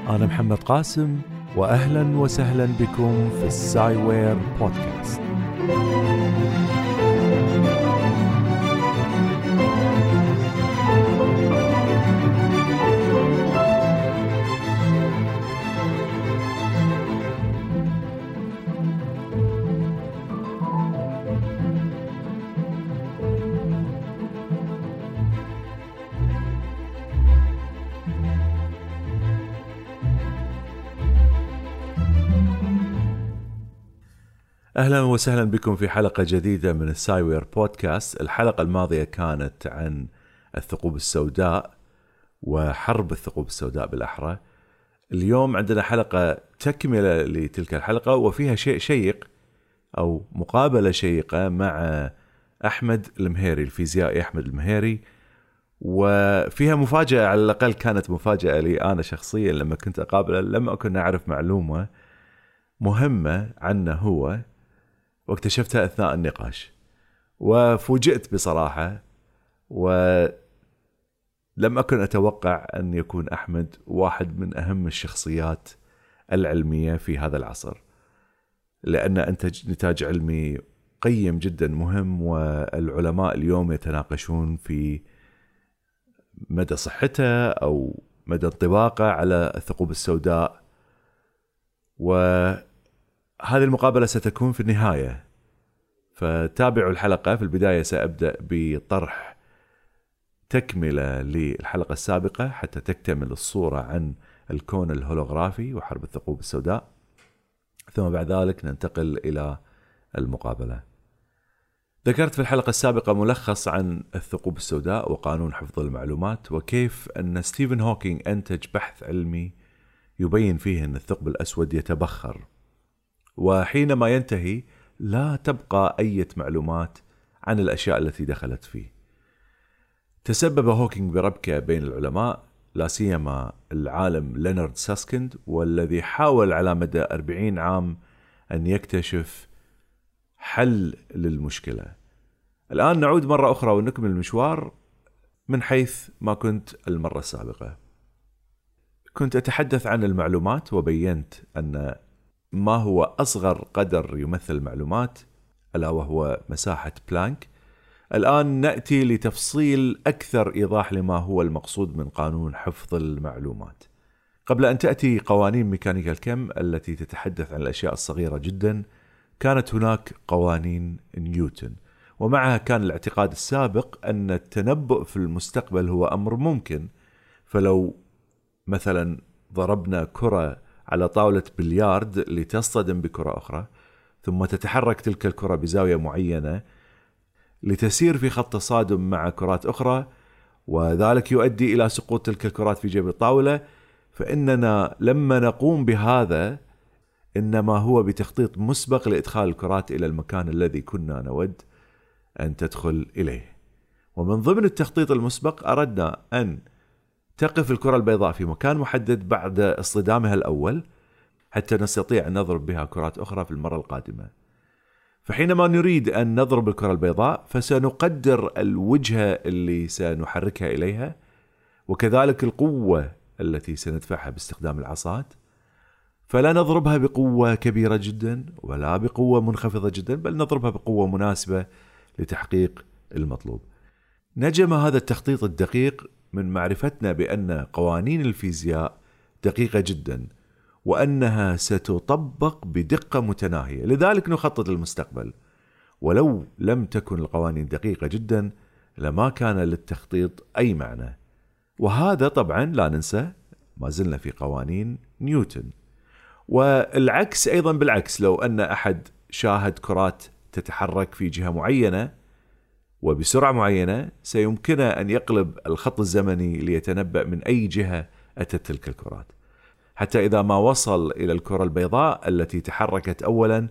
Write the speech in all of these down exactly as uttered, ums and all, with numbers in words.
أنا محمد قاسم، وأهلا وسهلا بكم في السايوير بودكاست. أهلا وسهلا بكم في حلقة جديدة من السايوير بودكاست. الحلقة الماضية كانت عن الثقوب السوداء وحرب الثقوب السوداء بالأحرى. اليوم عندنا حلقة تكملة لتلك الحلقة، وفيها شيء شيق أو مقابلة شيقة مع أحمد المهيري، الفيزيائي أحمد المهيري، وفيها مفاجأة، على الأقل كانت مفاجأة لي أنا شخصيا لما كنت أقابله، لما أكون أعرف معلومة مهمة عنه هو، واكتشفتها أثناء النقاش وفوجئت بصراحة، ولم أكن أتوقع أن يكون أحمد واحد من أهم الشخصيات العلمية في هذا العصر، لأن أنتج نتاج علمي قيم جدا مهم، والعلماء اليوم يتناقشون في مدى صحته أو مدى انطباقه على الثقوب السوداء. وهذه المقابلة ستكون في النهاية، فتابعوا الحلقة. في البداية سأبدأ بطرح تكملة للحلقة السابقة حتى تكتمل الصورة عن الكون الهولوغرافي وحرب الثقوب السوداء، ثم بعد ذلك ننتقل إلى المقابلة. ذكرت في الحلقة السابقة ملخص عن الثقوب السوداء وقانون حفظ المعلومات، وكيف أن ستيفن هوكينج أنتج بحث علمي يبين فيه أن الثقب الأسود يتبخر، وحينما ينتهي لا تبقى أي معلومات عن الأشياء التي دخلت فيه. تسبب هوكينج بربكة بين العلماء، لا سيما العالم لينارد ساسكند، والذي حاول على مدى أربعين عام أن يكتشف حل للمشكلة. الآن نعود مرة أخرى ونكمل المشوار من حيث ما كنت المرة السابقة. كنت أتحدث عن المعلومات، وبينت أن ما هو أصغر قدر يمثل المعلومات ألا وهو مساحة بلانك. الآن نأتي لتفصيل أكثر إيضاح لما هو المقصود من قانون حفظ المعلومات. قبل أن تأتي قوانين ميكانيكا الكم التي تتحدث عن الأشياء الصغيرة جدا، كانت هناك قوانين نيوتن، ومعها كان الاعتقاد السابق أن التنبؤ في المستقبل هو أمر ممكن. فلو مثلا ضربنا كرة على طاولة بليارد لتصطدم بكرة أخرى، ثم تتحرك تلك الكرة بزاوية معينة لتسير في خط تصادم مع كرات أخرى، وذلك يؤدي إلى سقوط تلك الكرات في جيب الطاولة، فإننا لما نقوم بهذا إنما هو بتخطيط مسبق لإدخال الكرات إلى المكان الذي كنا نود أن تدخل إليه. ومن ضمن التخطيط المسبق أردنا أن تقف الكرة البيضاء في مكان محدد بعد اصطدامها الأول حتى نستطيع أن نضرب بها كرات أخرى في المرة القادمة. فحينما نريد أن نضرب الكرة البيضاء فسنقدر الوجهة اللي سنحركها إليها، وكذلك القوة التي سندفعها باستخدام العصات، فلا نضربها بقوة كبيرة جدا ولا بقوة منخفضة جدا، بل نضربها بقوة مناسبة لتحقيق المطلوب. نجم هذا التخطيط الدقيق من معرفتنا بأن قوانين الفيزياء دقيقة جدا، وأنها ستطبق بدقة متناهية، لذلك نخطط للمستقبل. ولو لم تكن القوانين دقيقة جدا لما كان للتخطيط أي معنى. وهذا طبعا لا ننسى ما زلنا في قوانين نيوتن. والعكس أيضا بالعكس، لو أن أحد شاهد كرات تتحرك في جهة معينة وبسرعة معينة، سيمكنه أن يقلب الخط الزمني ليتنبأ من أي جهة أتت تلك الكرات، حتى إذا ما وصل إلى الكرة البيضاء التي تحركت أولا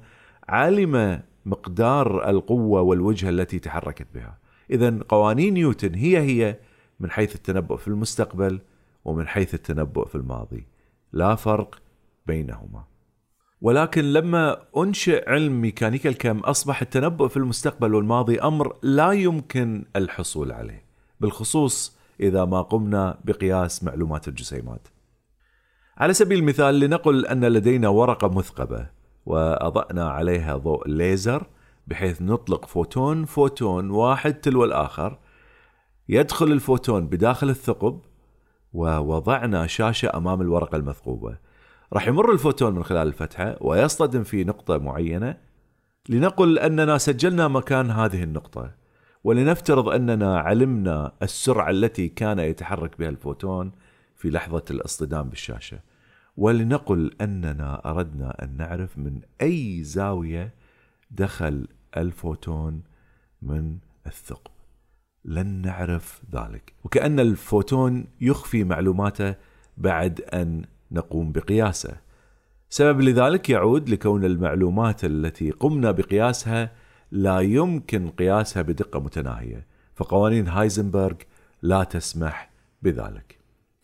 علم مقدار القوة والوجهة التي تحركت بها. إذن قوانين نيوتن هي هي من حيث التنبؤ في المستقبل ومن حيث التنبؤ في الماضي، لا فرق بينهما. ولكن لما أنشئ علم ميكانيكا الكم أصبح التنبؤ في المستقبل والماضي أمر لا يمكن الحصول عليه، بالخصوص إذا ما قمنا بقياس معلومات الجسيمات. على سبيل المثال، لنقل أن لدينا ورقة مثقبة وأضأنا عليها ضوء ليزر بحيث نطلق فوتون فوتون واحد تلو الآخر. يدخل الفوتون بداخل الثقب ووضعنا شاشة أمام الورقة المثقوبة. راح يمر الفوتون من خلال الفتحة ويصطدم في نقطة معينة. لنقل أننا سجلنا مكان هذه النقطة، ولنفترض أننا علمنا السرعة التي كان يتحرك بها الفوتون في لحظة الاصطدام بالشاشة، ولنقل أننا أردنا أن نعرف من أي زاوية دخل الفوتون من الثقب. لن نعرف ذلك، وكأن الفوتون يخفي معلوماته بعد أن نقوم بقياسه. سبب لذلك يعود لكون المعلومات التي قمنا بقياسها لا يمكن قياسها بدقة متناهية، فقوانين هايزنبرغ لا تسمح بذلك.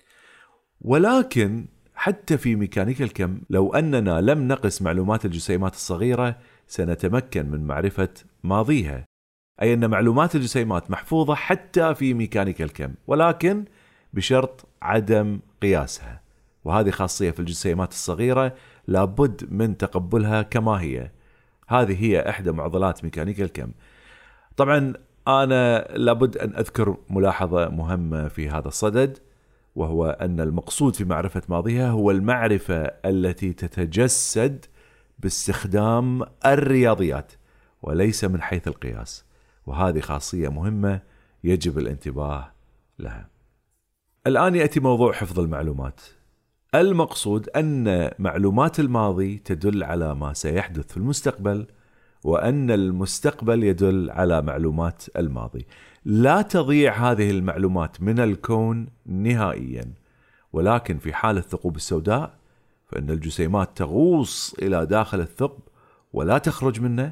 ولكن حتى في ميكانيكا الكم، لو أننا لم نقس معلومات الجسيمات الصغيرة سنتمكن من معرفة ماضيها، أي أن معلومات الجسيمات محفوظة حتى في ميكانيكا الكم، ولكن بشرط عدم قياسها. وهذه خاصية في الجسيمات الصغيرة لابد من تقبلها كما هي. هذه هي إحدى معضلات ميكانيكا الكم. طبعا أنا لابد أن أذكر ملاحظة مهمة في هذا الصدد، وهو أن المقصود في معرفة ماضيها هو المعرفة التي تتجسد باستخدام الرياضيات وليس من حيث القياس، وهذه خاصية مهمة يجب الانتباه لها. الآن يأتي موضوع حفظ المعلومات. المقصود أن معلومات الماضي تدل على ما سيحدث في المستقبل، وأن المستقبل يدل على معلومات الماضي. لا تضيع هذه المعلومات من الكون نهائيا، ولكن في حال الثقوب السوداء فإن الجسيمات تغوص إلى داخل الثقب ولا تخرج منه،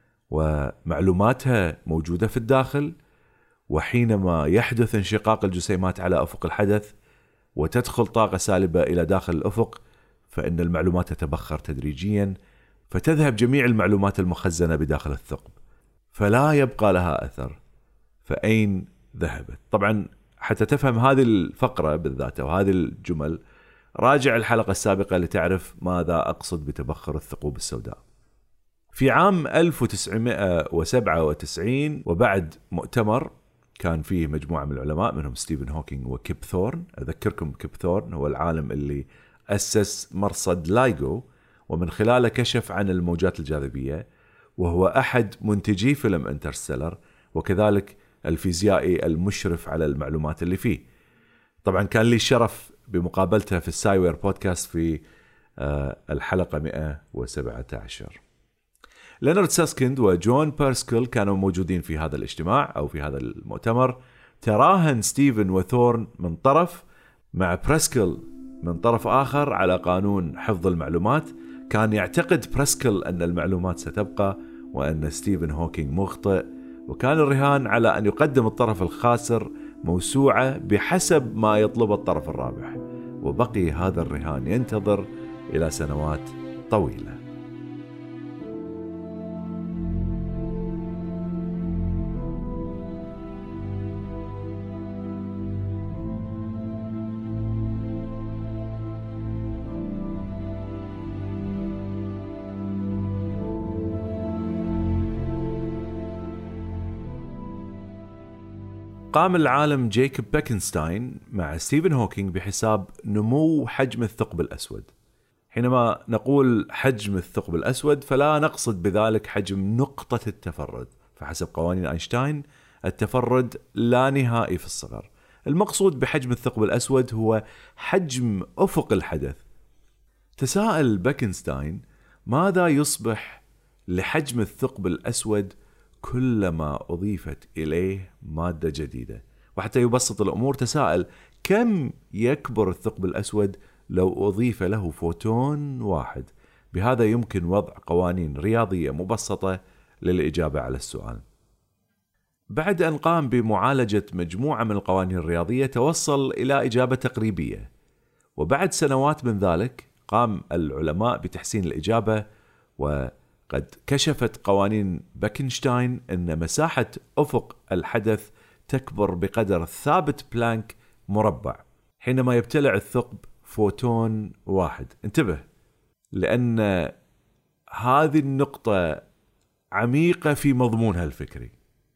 ومعلوماتها موجودة في الداخل. وحينما يحدث انشقاق الجسيمات على أفق الحدث وتدخل طاقة سالبة إلى داخل الأفق، فإن المعلومات تتبخر تدريجيا، فتذهب جميع المعلومات المخزنة بداخل الثقب، فلا يبقى لها أثر. فأين ذهبت؟ طبعا حتى تفهم هذه الفقرة بالذات وهذه الجمل، راجع الحلقة السابقة لتعرف ماذا أقصد بتبخر الثقوب السوداء. في عام ألف وتسعمائة وسبعة وتسعين، وبعد مؤتمر كان فيه مجموعة من العلماء منهم ستيفن هوكينج وكيب ثورن. أذكركم كيب ثورن هو العالم اللي أسس مرصد لايغو، ومن خلاله كشف عن الموجات الجاذبية، وهو أحد منتجي فيلم انترستيلر، وكذلك الفيزيائي المشرف على المعلومات اللي فيه. طبعا كان لي الشرف بمقابلته في السايوير بودكاست في الحلقة مئة وسبعة عشر. لينارد ساسكند وجون بيرسكل كانوا موجودين في هذا الاجتماع أو في هذا المؤتمر. تراهن ستيفن وثورن من طرف مع بريسكل من طرف آخر على قانون حفظ المعلومات. كان يعتقد بريسكل أن المعلومات ستبقى وأن ستيفن هوكينج مخطئ، وكان الرهان على أن يقدم الطرف الخاسر موسوعة بحسب ما يطلب الطرف الرابح. وبقي هذا الرهان ينتظر إلى سنوات طويلة. قام العالم جيكوب بيكنستاين مع ستيفن هوكينج بحساب نمو حجم الثقب الأسود. حينما نقول حجم الثقب الأسود فلا نقصد بذلك حجم نقطة التفرد، فحسب قوانين أينشتاين التفرد لا نهائي في الصغر. المقصود بحجم الثقب الأسود هو حجم أفق الحدث. تساءل بيكنستاين ماذا يصبح لحجم الثقب الأسود كلما أضيفت إليه مادة جديدة؟ وحتى يبسط الأمور تساءل كم يكبر الثقب الأسود لو أضيف له فوتون واحد؟ بهذا يمكن وضع قوانين رياضية مبسطة للإجابة على السؤال. بعد أن قام بمعالجة مجموعة من القوانين الرياضية توصل إلى إجابة تقريبية، وبعد سنوات من ذلك قام العلماء بتحسين الإجابة، وقد كشفت قوانين بيكنشتاين أن مساحة أفق الحدث تكبر بقدر ثابت بلانك مربع حينما يبتلع الثقب فوتون واحد. انتبه، لأن هذه النقطة عميقة في مضمونها الفكري.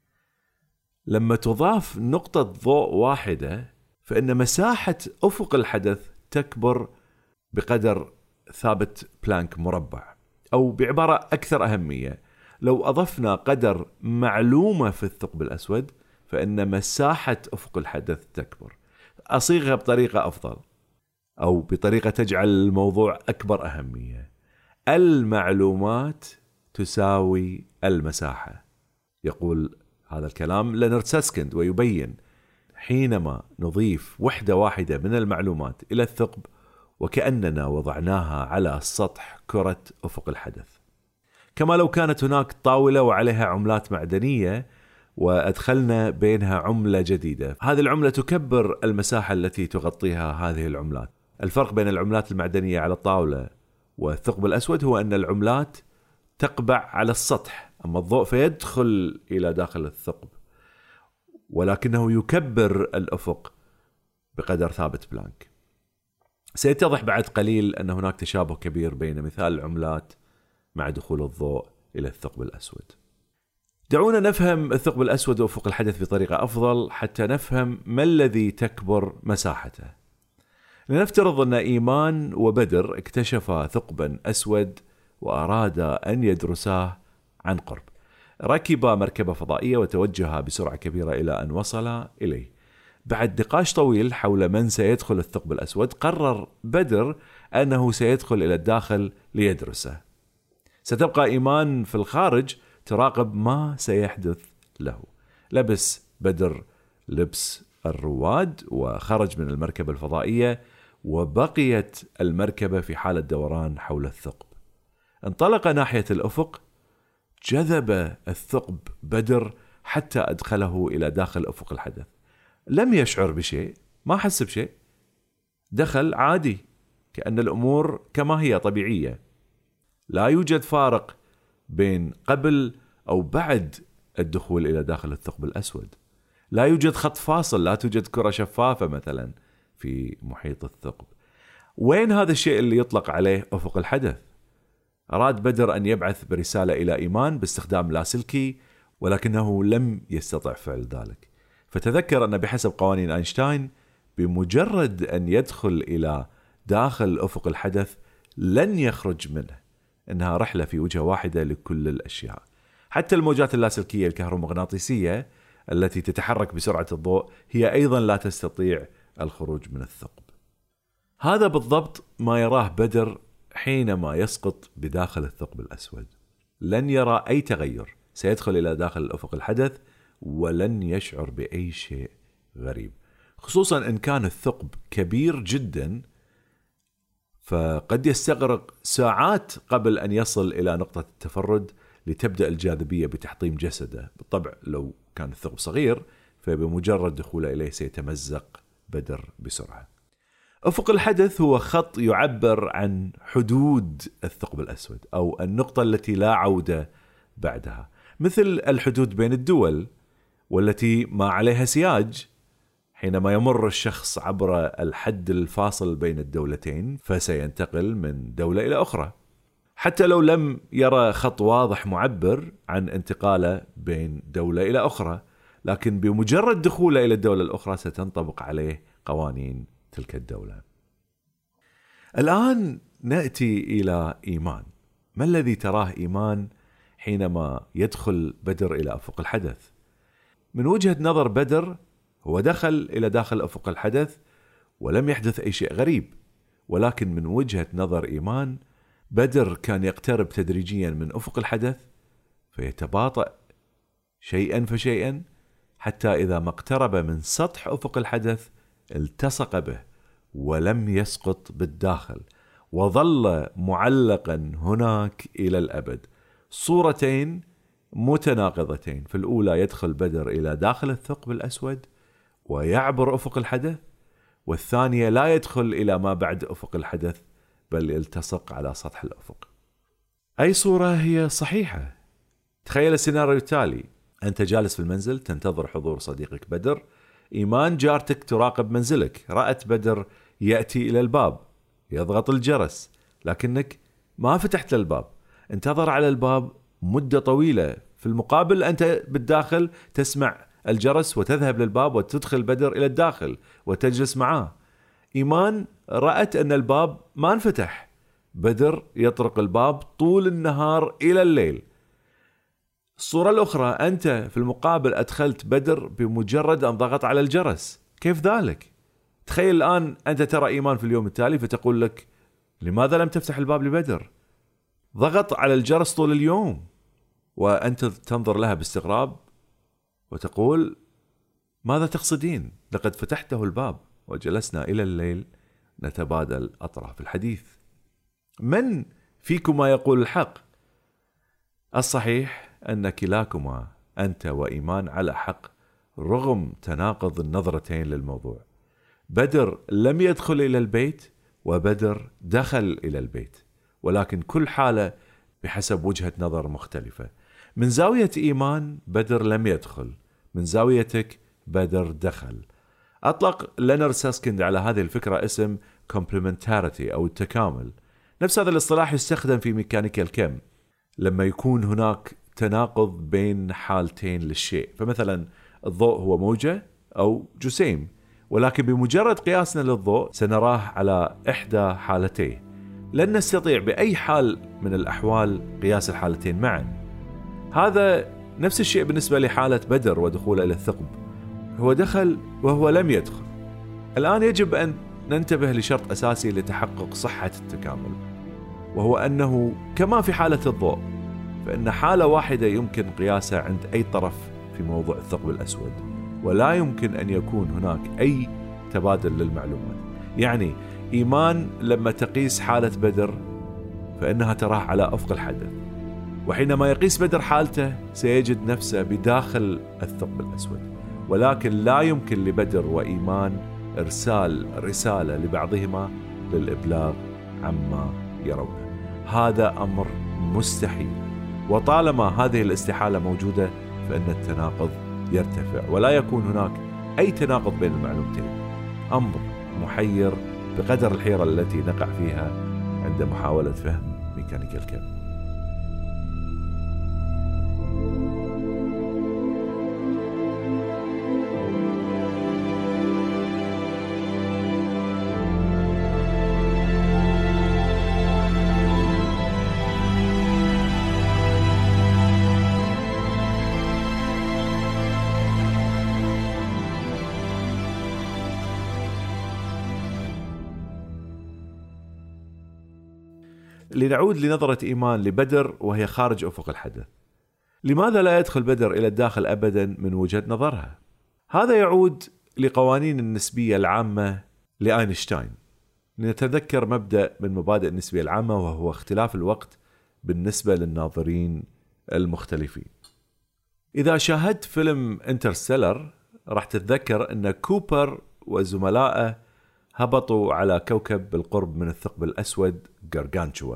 لما تضاف نقطة ضوء واحدة فإن مساحة أفق الحدث تكبر بقدر ثابت بلانك مربع، أو بعبارة أكثر أهمية، لو أضفنا قدر معلومة في الثقب الأسود فإن مساحة أفق الحدث تكبر. أصيغها بطريقة أفضل أو بطريقة تجعل الموضوع أكبر أهمية: المعلومات تساوي المساحة. يقول هذا الكلام لينارد ساسكند ويبين: حينما نضيف وحدة واحدة من المعلومات إلى الثقب وكأننا وضعناها على سطح كرة أفق الحدث، كما لو كانت هناك طاولة وعليها عملات معدنية وأدخلنا بينها عملة جديدة. هذه العملة تكبر المساحة التي تغطيها هذه العملات. الفرق بين العملات المعدنية على الطاولة والثقب الأسود هو أن العملات تقبع على السطح، أما الضوء فيدخل إلى داخل الثقب، ولكنه يكبر الأفق بقدر ثابت بلانك. سيتضح بعد قليل أن هناك تشابه كبير بين مثال العملات مع دخول الضوء إلى الثقب الأسود. دعونا نفهم الثقب الأسود وأفق الحدث بطريقة أفضل حتى نفهم ما الذي تكبر مساحته. لنفترض أن إيمان وبدر اكتشفا ثقبا أسود وأرادا أن يدرساه عن قرب. ركبا مركبة فضائية وتوجها بسرعة كبيرة إلى أن وصلا إليه. بعد نقاش طويل حول من سيدخل الثقب الأسود، قرر بدر أنه سيدخل إلى الداخل ليدرسه. ستبقى إيمان في الخارج تراقب ما سيحدث له. لبس بدر لبس الرواد وخرج من المركبة الفضائية، وبقيت المركبة في حالة دوران حول الثقب. انطلق ناحية الأفق، جذب الثقب بدر حتى أدخله إلى داخل أفق الحدث. لم يشعر بشيء، ما حس بشيء، دخل عادي كأن الأمور كما هي طبيعية. لا يوجد فارق بين قبل أو بعد الدخول إلى داخل الثقب الأسود. لا يوجد خط فاصل، لا توجد كرة شفافة مثلا في محيط الثقب. وين هذا الشيء اللي يطلق عليه أفق الحدث؟ أراد بدر أن يبعث برسالة إلى إيمان باستخدام لاسلكي، ولكنه لم يستطع فعل ذلك. فتذكر أن بحسب قوانين أينشتاين بمجرد أن يدخل إلى داخل أفق الحدث لن يخرج منه. إنها رحلة في وجهة واحدة لكل الأشياء، حتى الموجات اللاسلكية الكهرومغناطيسية التي تتحرك بسرعة الضوء هي أيضا لا تستطيع الخروج من الثقب. هذا بالضبط ما يراه بدر حينما يسقط بداخل الثقب الأسود. لن يرى أي تغير، سيدخل إلى داخل الأفق الحدث ولن يشعر بأي شيء غريب، خصوصا إن كان الثقب كبير جدا، فقد يستغرق ساعات قبل أن يصل إلى نقطة التفرد لتبدأ الجاذبية بتحطيم جسده. بالطبع لو كان الثقب صغير فبمجرد دخوله إليه سيتمزق بدر بسرعة. أفق الحدث هو خط يعبر عن حدود الثقب الأسود أو النقطة التي لا عودة بعدها، مثل الحدود بين الدول والتي ما عليها سياج. حينما يمر الشخص عبر الحد الفاصل بين الدولتين فسينتقل من دولة إلى أخرى، حتى لو لم يرى خط واضح معبر عن انتقاله بين دولة إلى أخرى، لكن بمجرد دخوله إلى الدولة الأخرى ستنطبق عليه قوانين تلك الدولة. الآن نأتي إلى إيمان. ما الذي تراه إيمان حينما يدخل بدر إلى أفق الحدث؟ من وجهة نظر بدر هو دخل إلى داخل أفق الحدث ولم يحدث أي شيء غريب، ولكن من وجهة نظر إيمان بدر كان يقترب تدريجيا من أفق الحدث فيتباطأ شيئا فشيئا حتى إذا ما اقترب من سطح أفق الحدث التصق به ولم يسقط بالداخل، وظل معلقا هناك إلى الأبد. صورتين متناقضتين: في الأولى يدخل بدر إلى داخل الثقب الأسود ويعبر أفق الحدث، والثانية لا يدخل إلى ما بعد أفق الحدث بل يلتصق على سطح الأفق. أي صورة هي صحيحة؟ تخيل السيناريو التالي: أنت جالس في المنزل تنتظر حضور صديقك بدر. إيمان جارتك تراقب منزلك، رأت بدر يأتي إلى الباب، يضغط الجرس، لكنك ما فتحت الباب، انتظر على الباب مدة طويلة. في المقابل أنت بالداخل تسمع الجرس وتذهب للباب وتدخل بدر إلى الداخل وتجلس معاه. إيمان رأت أن الباب ما انفتح، بدر يطرق الباب طول النهار إلى الليل. الصورة الأخرى، أنت في المقابل أدخلت بدر بمجرد أن ضغط على الجرس. كيف ذلك؟ تخيل الآن أنت ترى إيمان في اليوم التالي فتقول لك لماذا لم تفتح الباب لبدر؟ ضغط على الجرس طول اليوم، وأنت تنظر لها باستغراب وتقول ماذا تقصدين؟ لقد فتحته الباب وجلسنا إلى الليل نتبادل أطراف الحديث. من فيكما يقول الحق؟ الصحيح أن كلاكما أنت وإيمان على حق رغم تناقض النظرتين للموضوع. بدر لم يدخل إلى البيت وبدر دخل إلى البيت، ولكن كل حالة بحسب وجهة نظر مختلفة. من زاوية إيمان بدر لم يدخل، من زاويتك بدر دخل. أطلق لينارد ساسكيند على هذه الفكرة اسم complementarity أو التكامل. نفس هذا الاصطلاح يستخدم في ميكانيكا الكم لما يكون هناك تناقض بين حالتين للشيء. فمثلا الضوء هو موجة أو جسيم، ولكن بمجرد قياسنا للضوء سنراه على إحدى حالتيه، لن نستطيع بأي حال من الأحوال قياس الحالتين معا. هذا نفس الشيء بالنسبة لحالة بدر ودخوله إلى الثقب. هو دخل وهو لم يدخل. الآن يجب أن ننتبه لشرط أساسي لتحقق صحة التكامل، وهو أنه كما في حالة الضوء فإن حالة واحدة يمكن قياسها عند أي طرف في موضوع الثقب الأسود، ولا يمكن أن يكون هناك أي تبادل للمعلومات. يعني إيمان لما تقيس حالة بدر فإنها تراه على أفق الحدث، وحينما يقيس بدر حالته سيجد نفسه بداخل الثقب الأسود، ولكن لا يمكن لبدر وإيمان إرسال رسالة لبعضهما للإبلاغ عما يرونه. هذا أمر مستحيل، وطالما هذه الاستحالة موجودة فإن التناقض يرتفع ولا يكون هناك أي تناقض بين المعلومتين. أمر محير بقدر الحيرة التي نقع فيها عند محاولة فهم ميكانيكا الكم. لنعود لنظرة إيمان لبدر وهي خارج أفق الحدث. لماذا لا يدخل بدر إلى الداخل أبدا من وجهة نظرها؟ هذا يعود لقوانين النسبية العامة لأينشتاين. لنتذكر مبدأ من مبادئ النسبية العامة، وهو اختلاف الوقت بالنسبة للناظرين المختلفين. إذا شاهدت فيلم انترستيلر راح تتذكر أن كوبر وزملائه هبطوا على كوكب بالقرب من الثقب الأسود غارغانتشوا،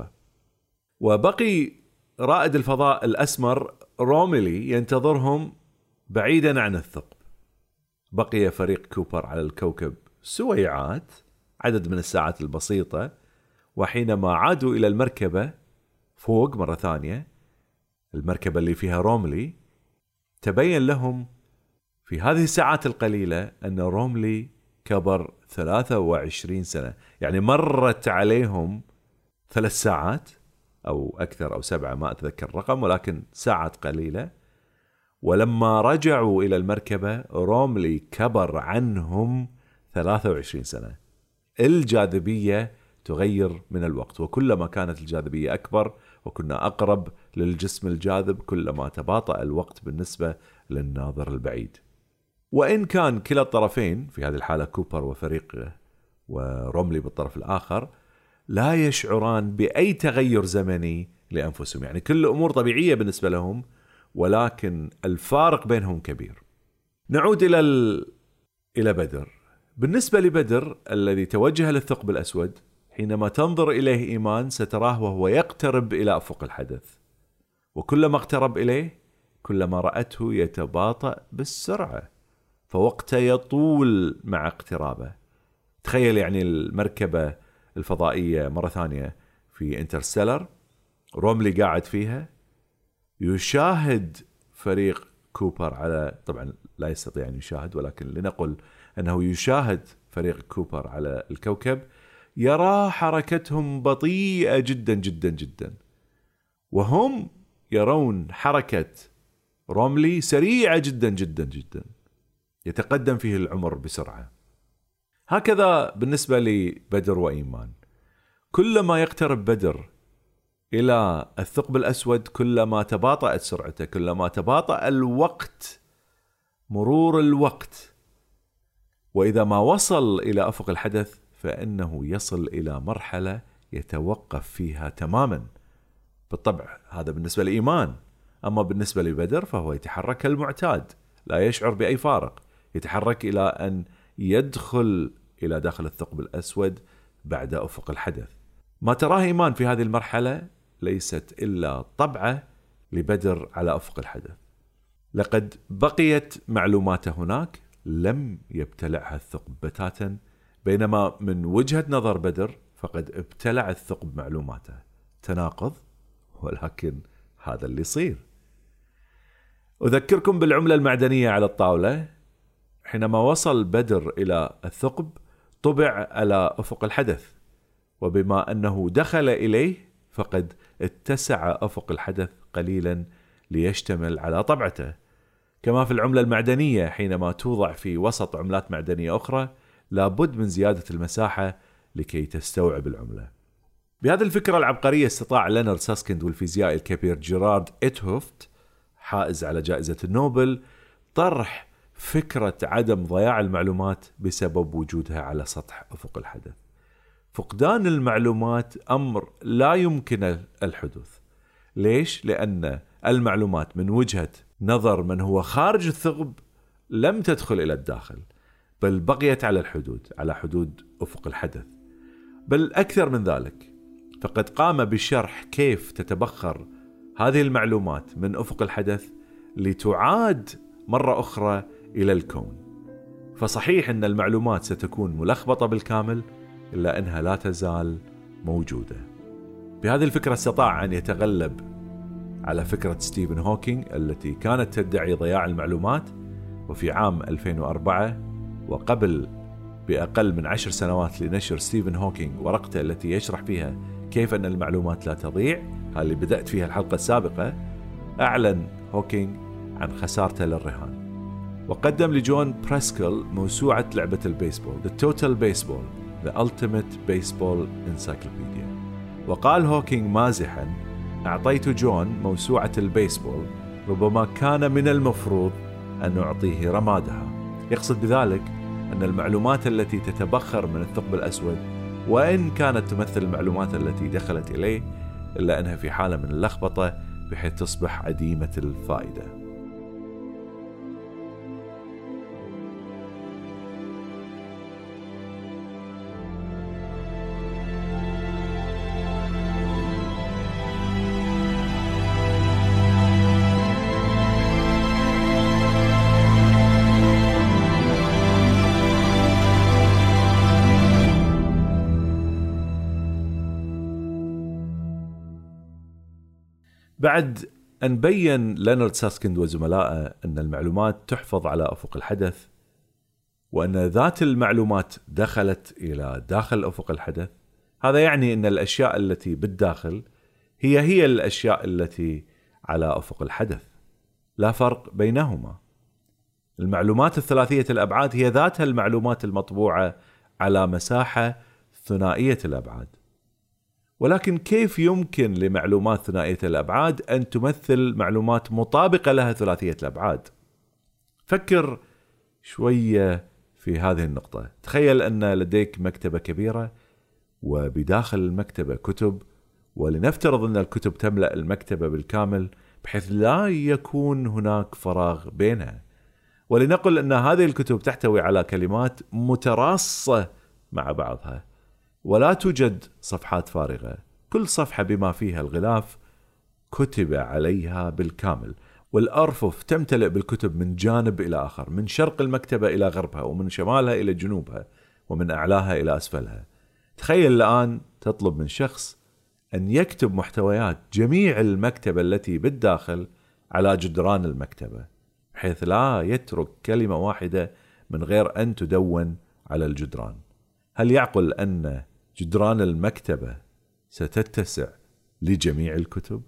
وبقي رائد الفضاء الأسمر روميلي ينتظرهم بعيدا عن الثقب. بقي فريق كوبر على الكوكب سويعات، عدد من الساعات البسيطة، وحينما عادوا إلى المركبة فوق مرة ثانية، المركبة اللي فيها روميلي، تبين لهم في هذه الساعات القليلة أن روميلي كبر ثلاثة وعشرين سنة. يعني مرت عليهم ثلاث ساعات أو أكثر أو سبعة، ما أتذكر الرقم، ولكن ساعات قليلة. ولما رجعوا إلى المركبة روميلي كبر عنهم ثلاثة وعشرين سنة. الجاذبية تغير من الوقت، وكلما كانت الجاذبية أكبر وكنا أقرب للجسم الجاذب كلما تباطأ الوقت بالنسبة للناظر البعيد. وإن كان كلا الطرفين، في هذه الحالة كوبر وفريقه وروميلي بالطرف الآخر، لا يشعران بأي تغير زمني لأنفسهم، يعني كل أمور طبيعية بالنسبة لهم، ولكن الفارق بينهم كبير. نعود إلى ال... إلى بدر. بالنسبة لبدر الذي توجه للثقب الأسود، حينما تنظر إليه إيمان ستراه وهو يقترب إلى أفق الحدث، وكلما اقترب إليه كلما رأته يتباطأ بالسرعة، فوقته يطول مع اقترابه. تخيل يعني المركبة الفضائية مرة ثانية في انترستيلر، روملي قاعد فيها يشاهد فريق كوبر على، طبعا لا يستطيع أن يشاهد، ولكن لنقل أنه يشاهد فريق كوبر على الكوكب، يرى حركتهم بطيئة جدا جدا جدا، وهم يرون حركة روملي سريعة جدا جدا جدا، يتقدم فيه العمر بسرعة. هكذا بالنسبة لبدر وإيمان، كلما يقترب بدر إلى الثقب الأسود كلما تباطأت سرعته، كلما تباطأ الوقت، مرور الوقت، وإذا ما وصل إلى أفق الحدث فإنه يصل إلى مرحلة يتوقف فيها تماما. بالطبع هذا بالنسبة لإيمان، أما بالنسبة لبدر فهو يتحرك كالمعتاد، لا يشعر بأي فارق، يتحرك إلى أن يدخل إلى داخل الثقب الأسود بعد أفق الحدث. ما تراه إيمان في هذه المرحلة ليست إلا طبعة لبدر على أفق الحدث. لقد بقيت معلوماته هناك لم يبتلعها الثقب بتاتا، بينما من وجهة نظر بدر فقد ابتلع الثقب معلوماته. تناقض، ولكن هذا اللي يصير. أذكركم بالعملة المعدنية على الطاولة. حينما وصل بدر إلى الثقب طبع على أفق الحدث، وبما أنه دخل إليه فقد اتسع أفق الحدث قليلا ليشتمل على طبعته. كما في العملة المعدنية، حينما توضع في وسط عملات معدنية أخرى لابد من زيادة المساحة لكي تستوعب العملة. بهذه الفكرة العبقرية استطاع لينارد ساسكند والفيزيائي الكبير جيرارد إتهوفت حائز على جائزة النوبل طرح فكرة عدم ضياع المعلومات بسبب وجودها على سطح أفق الحدث. فقدان المعلومات أمر لا يمكن الحدوث. ليش؟ لأن المعلومات من وجهة نظر من هو خارج الثقب لم تدخل إلى الداخل، بل بقيت على الحدود، على حدود أفق الحدث. بل أكثر من ذلك، فقد قام بشرح كيف تتبخر هذه المعلومات من أفق الحدث لتعاد مرة أخرى إلى الكون. فصحيح أن المعلومات ستكون ملخبطة بالكامل، إلا أنها لا تزال موجودة. بهذه الفكرة استطاع أن يتغلب على فكرة ستيفن هوكينج التي كانت تدعي ضياع المعلومات. وفي عام ألفين وأربعة، وقبل بأقل من عشر سنوات لنشر ستيفن هوكينج ورقته التي يشرح فيها كيف أن المعلومات لا تضيع، هذه اللي بدأت فيها الحلقة السابقة، أعلن هوكينج عن خسارته للرهان، وقدم لجون بريسكل موسوعة لعبة البيسبول The Total Baseball The Ultimate Baseball Encyclopedia. وقال هوكينج مازحا: أعطيت جون موسوعة البيسبول، ربما كان من المفروض أن أعطيه رمادها. يقصد بذلك أن المعلومات التي تتبخر من الثقب الأسود وإن كانت تمثل المعلومات التي دخلت إليه، إلا أنها في حالة من اللخبطة بحيث تصبح عديمة الفائدة. بعد أن بيّن لينارد ساسكند وزملائه أن المعلومات تحفظ على أفق الحدث، وأن ذات المعلومات دخلت إلى داخل أفق الحدث، هذا يعني أن الأشياء التي بالداخل هي هي الأشياء التي على أفق الحدث، لا فرق بينهما. المعلومات الثلاثية الأبعاد هي ذاتها المعلومات المطبوعة على مساحة ثنائية الأبعاد. ولكن كيف يمكن لمعلومات ثنائية الأبعاد أن تمثل معلومات مطابقة لها ثلاثية الأبعاد؟ فكر شوية في هذه النقطة. تخيل أن لديك مكتبة كبيرة، وبداخل المكتبة كتب، ولنفترض أن الكتب تملأ المكتبة بالكامل بحيث لا يكون هناك فراغ بينها. ولنقل أن هذه الكتب تحتوي على كلمات متراصة مع بعضها، ولا توجد صفحات فارغة، كل صفحة بما فيها الغلاف كتب عليها بالكامل، والأرفف تمتلئ بالكتب من جانب إلى آخر، من شرق المكتبة إلى غربها، ومن شمالها إلى جنوبها، ومن أعلاها إلى أسفلها. تخيل الآن تطلب من شخص أن يكتب محتويات جميع المكتبة التي بالداخل على جدران المكتبة، بحيث لا يترك كلمة واحدة من غير أن تدون على الجدران. هل يعقل أن جدران المكتبة ستتسع لجميع الكتب؟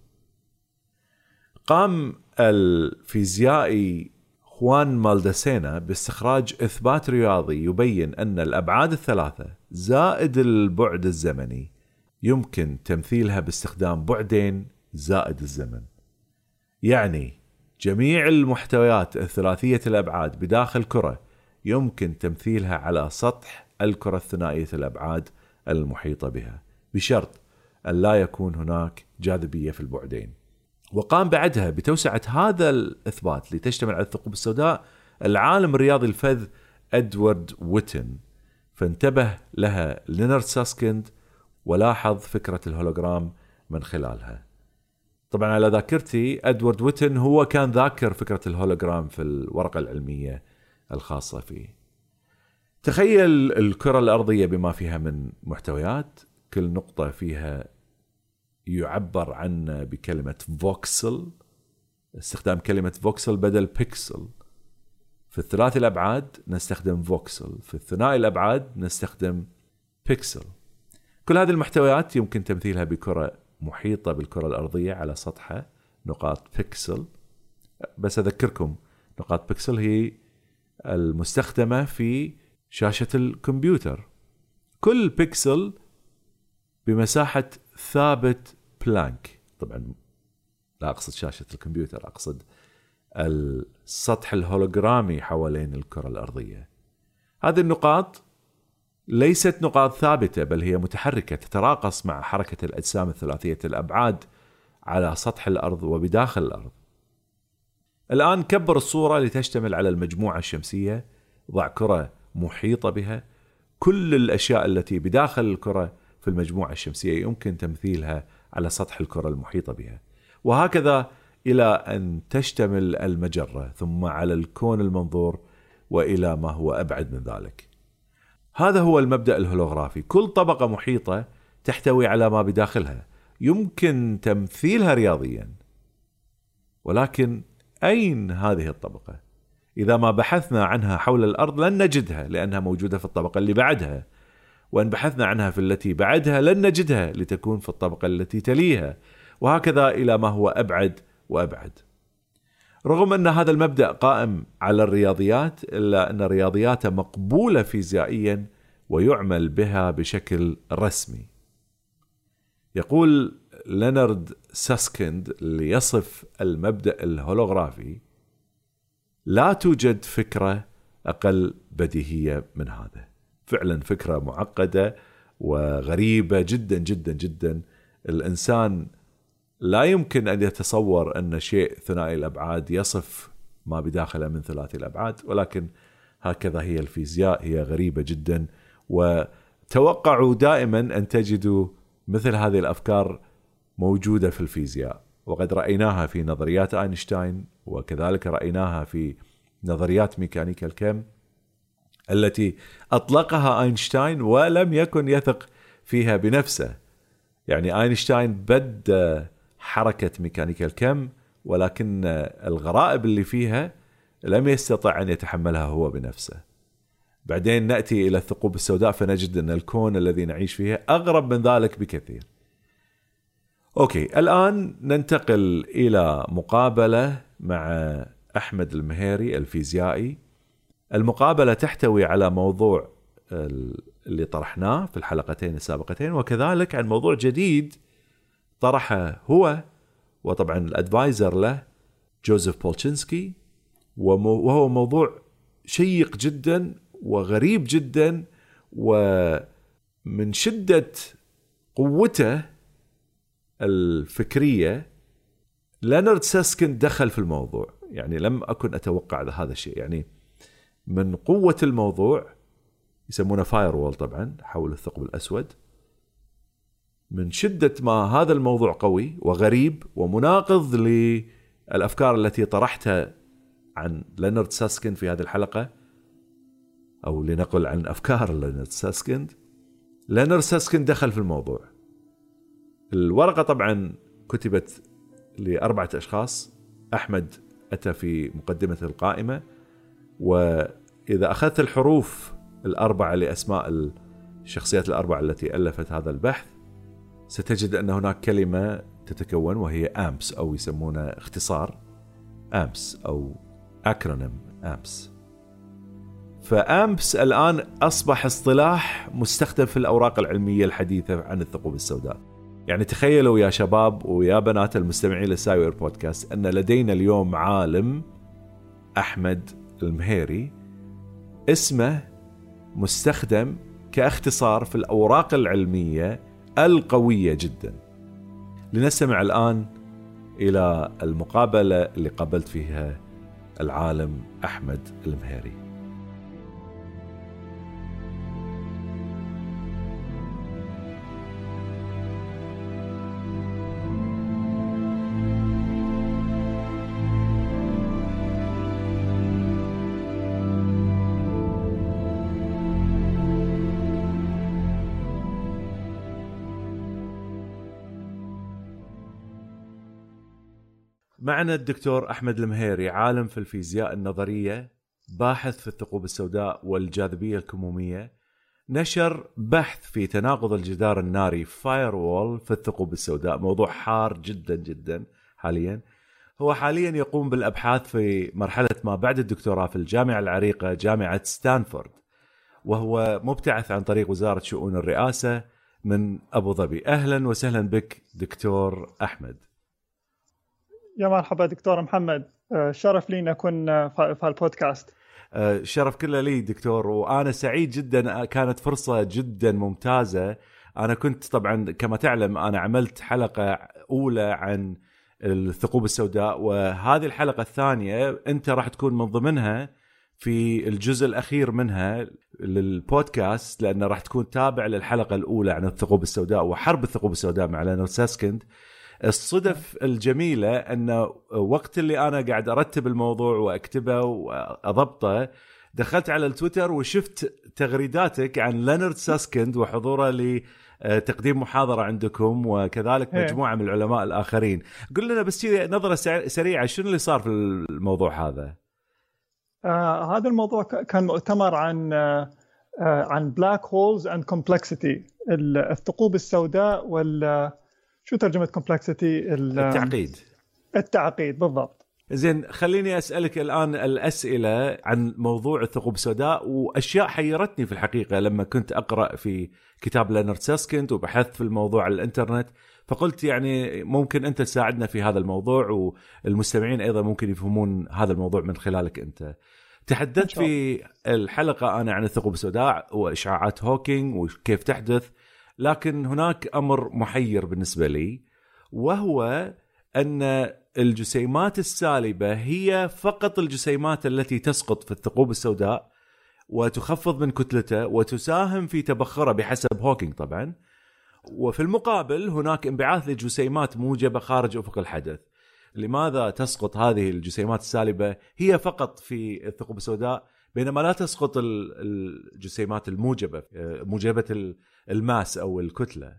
قام الفيزيائي خوان مالدسينا باستخراج إثبات رياضي يبين أن الأبعاد الثلاثة زائد البعد الزمني يمكن تمثيلها باستخدام بعدين زائد الزمن. يعني جميع المحتويات الثلاثية الأبعاد بداخل كرة يمكن تمثيلها على سطح الكرة الثنائية الأبعاد المحيطة بها، بشرط أن لا يكون هناك جاذبية في البعدين. وقام بعدها بتوسعة هذا الإثبات لتشتمل على الثقوب السوداء العالم الرياضي الفذ إدوارد ويتن، فانتبه لها لينارد ساسكيند ولاحظ فكرة الهولوجرام من خلالها. طبعا على ذاكرتي إدوارد ويتن هو كان ذاكر فكرة الهولوجرام في الورقة العلمية الخاصة فيه. تخيل الكرة الأرضية بما فيها من محتويات، كل نقطة فيها يعبر عنه بكلمة فوكسل، استخدام كلمة فوكسل بدل بيكسل. في الثلاثي الأبعاد نستخدم فوكسل، في الثنائي الأبعاد نستخدم بيكسل. كل هذه المحتويات يمكن تمثيلها بكرة محيطة بالكرة الأرضية على سطحها نقاط بيكسل. بس أذكركم نقاط بيكسل هي المستخدمة في شاشة الكمبيوتر. كل بيكسل بمساحة ثابت بلانك. طبعا لا أقصد شاشة الكمبيوتر، أقصد السطح الهولوجرامي حوالين الكرة الأرضية. هذه النقاط ليست نقاط ثابتة، بل هي متحركة تتراقص مع حركة الأجسام الثلاثية الأبعاد على سطح الأرض وبداخل الأرض. الآن كبر الصورة لتشتمل على المجموعة الشمسية، ضع كرة محيطة بها. كل الأشياء التي بداخل الكرة في المجموعة الشمسية يمكن تمثيلها على سطح الكرة المحيطة بها، وهكذا إلى أن تشتمل المجرة، ثم على الكون المنظور، وإلى ما هو أبعد من ذلك. هذا هو المبدأ الهولوغرافي. كل طبقة محيطة تحتوي على ما بداخلها، يمكن تمثيلها رياضيا، ولكن أين هذه الطبقة؟ إذا ما بحثنا عنها حول الأرض لن نجدها، لأنها موجودة في الطبقة اللي بعدها، وإن بحثنا عنها في التي بعدها لن نجدها لتكون في الطبقة التي تليها، وهكذا إلى ما هو أبعد وأبعد. رغم أن هذا المبدأ قائم على الرياضيات، إلا أن الرياضيات مقبولة فيزيائيا ويعمل بها بشكل رسمي. يقول لينارد ساسكيند ليصف المبدأ الهولوغرافي: لا توجد فكرة أقل بديهية من هذا. فعلا فكرة معقدة وغريبة جدا جدا جدا. الإنسان لا يمكن أن يتصور أن شيء ثنائي الأبعاد يصف ما بداخله من ثلاثي الأبعاد، ولكن هكذا هي الفيزياء، هي غريبة جدا. وتوقعوا دائما أن تجدوا مثل هذه الأفكار موجودة في الفيزياء، وقد رأيناها في نظريات أينشتاين، وكذلك رأيناها في نظريات ميكانيكا الكم التي أطلقها أينشتاين ولم يكن يثق فيها بنفسه. يعني أينشتاين بدأ حركة ميكانيكا الكم، ولكن الغرائب اللي فيها لم يستطع أن يتحملها هو بنفسه. بعدين نأتي إلى الثقوب السوداء فنجد أن الكون الذي نعيش فيه أغرب من ذلك بكثير. أوكي، الآن ننتقل إلى مقابلة مع أحمد المهيري الفيزيائي. المقابلة تحتوي على موضوع اللي طرحناه في الحلقتين السابقتين، وكذلك عن موضوع جديد طرحه هو، وطبعا الأدفايزر له جوزيف بولشينسكي، وهو موضوع شيق جدا وغريب جدا، ومن شدة قوته الفكرية لينارد ساسكيند دخل في الموضوع. يعني لم أكن أتوقع هذا الشيء. يعني من قوة الموضوع، يسمونه فاير وول طبعا حول الثقب الأسود، من شدة ما هذا الموضوع قوي وغريب ومناقض للأفكار التي طرحتها عن لينارد ساسكيند في هذه الحلقة، أو لنقل عن أفكار لينارد ساسكيند. لينارد ساسكيند دخل في الموضوع. الورقة طبعا كتبت لأربعة أشخاص. أحمد أتى في مقدمة القائمة، وإذا أخذت الحروف الأربعة لأسماء الشخصيات الأربعة التي ألفت هذا البحث ستجد أن هناك كلمة تتكون وهي أمبس، أو يسمونه اختصار أمبس أو أكرونيم أمبس. فأمبس الآن أصبح اصطلاح مستخدم في الأوراق العلمية الحديثة عن الثقوب السوداء. يعني تخيلوا يا شباب ويا بنات المستمعين للسايوير بودكاست أن لدينا اليوم عالم أحمد المهيري اسمه مستخدم كاختصار في الأوراق العلمية القوية جدا. لنستمع الآن إلى المقابلة اللي قابلت فيها العالم أحمد المهيري. معنا الدكتور أحمد المهيري، عالم في الفيزياء النظرية، باحث في الثقوب السوداء والجاذبية الكمومية. نشر بحث في تناقض الجدار الناري فايروول في الثقوب السوداء، موضوع حار جدا جدا حاليا. هو حاليا يقوم بالأبحاث في مرحلة ما بعد الدكتوراه في الجامعة العريقة جامعة ستانفورد، وهو مبتعث عن طريق وزارة شؤون الرئاسة من أبو ظبي. أهلا وسهلا بك دكتور أحمد. يا مرحبا دكتور محمد، شرف لي أن أكون في هالبودكاست. شرف كله لي دكتور، وأنا سعيد جدا. كانت فرصة جدا ممتازة. أنا كنت طبعا كما تعلم أنا عملت حلقة أولى عن الثقوب السوداء، وهذه الحلقة الثانية أنت راح تكون من ضمنها في الجزء الأخير منها للبودكاست، لأنه راح تكون تابع للحلقة الأولى عن الثقوب السوداء وحرب الثقوب السوداء مع لينارد ساسكيند. الصدف الجميلة أن وقت اللي أنا قاعد أرتب الموضوع وأكتبه وأضبطه دخلت على التويتر وشفت تغريداتك عن لينارد ساسكيند وحضوره لتقديم محاضرة عندكم، وكذلك مجموعة من العلماء الآخرين. قل لنا بس نظرة سريعة شنو اللي صار في الموضوع هذا؟ آه هذا الموضوع كان مؤتمر عن آه عن black holes and complexity، الثقوب السوداء وال شو ترجمة complexity؟ التعقيد. التعقيد بالضبط. زين، خليني أسألك الآن الأسئلة عن موضوع الثقوب السوداء، وأشياء حيرتني في الحقيقة لما كنت أقرأ في كتاب لينارد ساسكيند وبحثت في الموضوع على الإنترنت، فقلت يعني ممكن أنت تساعدنا في هذا الموضوع، والمستمعين أيضا ممكن يفهمون هذا الموضوع من خلالك أنت. تحدثت في الحلقة أنا عن الثقوب السوداء وإشعاعات هوكينج وكيف تحدث، لكن هناك أمر محير بالنسبة لي، وهو أن الجسيمات السالبة هي فقط الجسيمات التي تسقط في الثقوب السوداء وتخفض من كتلته وتساهم في تبخره بحسب هوكينج طبعا، وفي المقابل هناك انبعاث لجسيمات موجبة خارج أفق الحدث. لماذا تسقط هذه الجسيمات السالبة هي فقط في الثقوب السوداء بينما لا تسقط الجسيمات الموجبة موجبة الماس أو الكتلة؟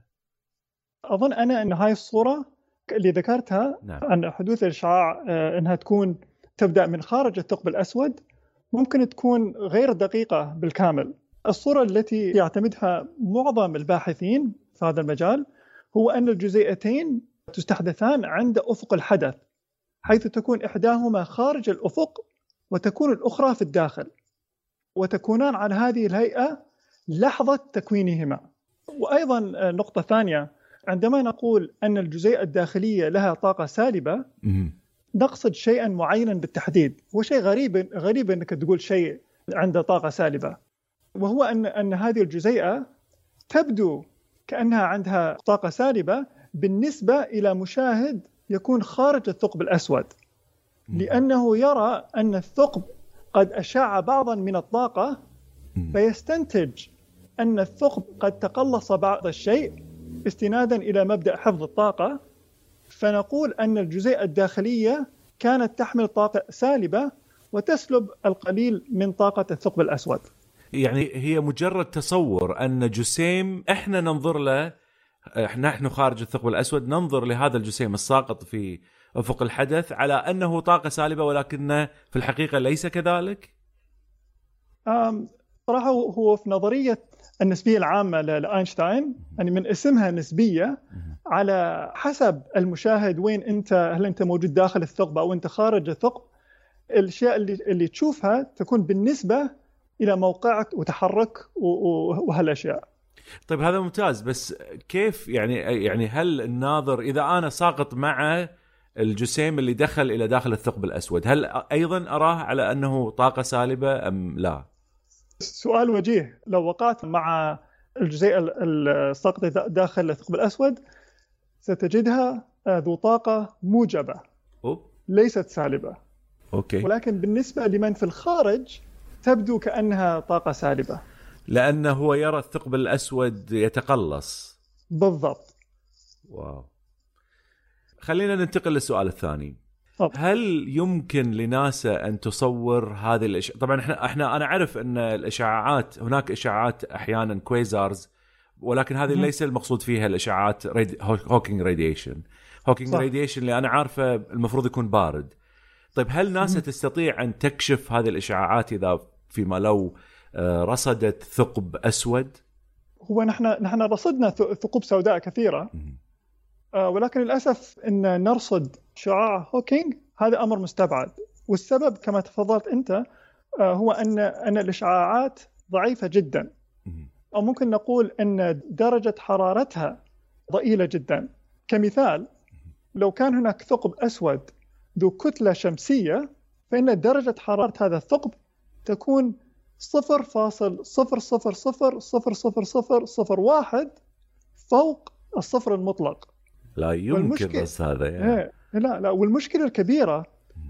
أظن أنا أن هاي الصورة اللي ذكرتها نعم. عن حدوث الإشعاع أنها تكون تبدأ من خارج الثقب الأسود ممكن تكون غير دقيقة بالكامل. الصورة التي يعتمدها معظم الباحثين في هذا المجال هو أن الجزيئتين تستحدثان عند أفق الحدث، حيث تكون إحداهما خارج الأفق وتكون الأخرى في الداخل، وتكونان على هذه الهيئة لحظة تكوينهما. وأيضا نقطة ثانية، عندما نقول أن الجزيئة الداخلية لها طاقة سالبة نقصد شيئا معينا بالتحديد. هو شيء غريب غريب أنك تقول شيء عنده طاقة سالبة، وهو أن أن هذه الجزيئة تبدو كأنها عندها طاقة سالبة بالنسبة إلى مشاهد يكون خارج الثقب الأسود، لأنه يرى أن الثقب قد أشع بعضا من الطاقة فيستنتج أن الثقب قد تقلص بعض الشيء استنادا إلى مبدأ حفظ الطاقة، فنقول أن الجزيئة الداخلية كانت تحمل طاقة سالبة وتسلب القليل من طاقة الثقب الأسود. يعني هي مجرد تصور أن جسيم إحنا ننظر له، إحنا نحن خارج الثقب الأسود ننظر لهذا الجسيم الساقط في أفق الحدث على أنه طاقة سالبة، ولكنه في الحقيقة ليس كذلك. صراحة هو في نظرية النسبية العامة لأينشتاين، يعني من اسمها نسبية، على حسب المشاهد وين أنت، هل أنت موجود داخل الثقب أو أنت خارج الثقب، الأشياء اللي اللي تشوفها تكون بالنسبة إلى موقعك وتحرك وهالأشياء. طيب هذا ممتاز، بس كيف يعني يعني هل الناظر إذا أنا ساقط مع الجسيم اللي دخل إلى داخل الثقب الأسود، هل أيضا أراه على أنه طاقة سالبة أم لا؟ سؤال وجيه. لو وقعت مع الجزيء الساقط داخل الثقب الأسود ستجدها ذو طاقة موجبة أوه. ليست سالبة. أوكي. ولكن بالنسبة لمن في الخارج تبدو كأنها طاقة سالبة، لأنه هو يرى الثقب الأسود يتقلص. بالضبط. واو. خلينا ننتقل للسؤال الثاني. طب. هل يمكن لناسا أن تصور هذه الإشعاعات؟ طبعا احنا احنا أنا أعرف أن الإشعاعات، هناك إشعاعات أحيانا كويزارز، ولكن هذه م- ليس المقصود فيها الإشعاعات ريد... هوكينج راديشن. هوكينج راديشن اللي أنا عارفه المفروض يكون بارد. طيب هل ناسا م- تستطيع أن تكشف هذه الإشعاعات إذا فيما لو رصدت ثقب أسود؟ هو نحن نحن رصدنا ثقوب سوداء كثيرة، ولكن للأسف أن نرصد شعاع هوكينج هذا أمر مستبعد، والسبب كما تفضلت أنت هو أن أن الإشعاعات ضعيفة جدا، أو ممكن نقول أن درجة حرارتها ضئيلة جدا. كمثال، لو كان هناك ثقب أسود ذو كتلة شمسية فإن درجة حرارة هذا الثقب تكون صفر فاصل صفر صفر صفر صفر صفر صفر صفر واحد فوق الصفر المطلق. لا يمكن بس هذا يعني. لا لا والمشكلة الكبيرة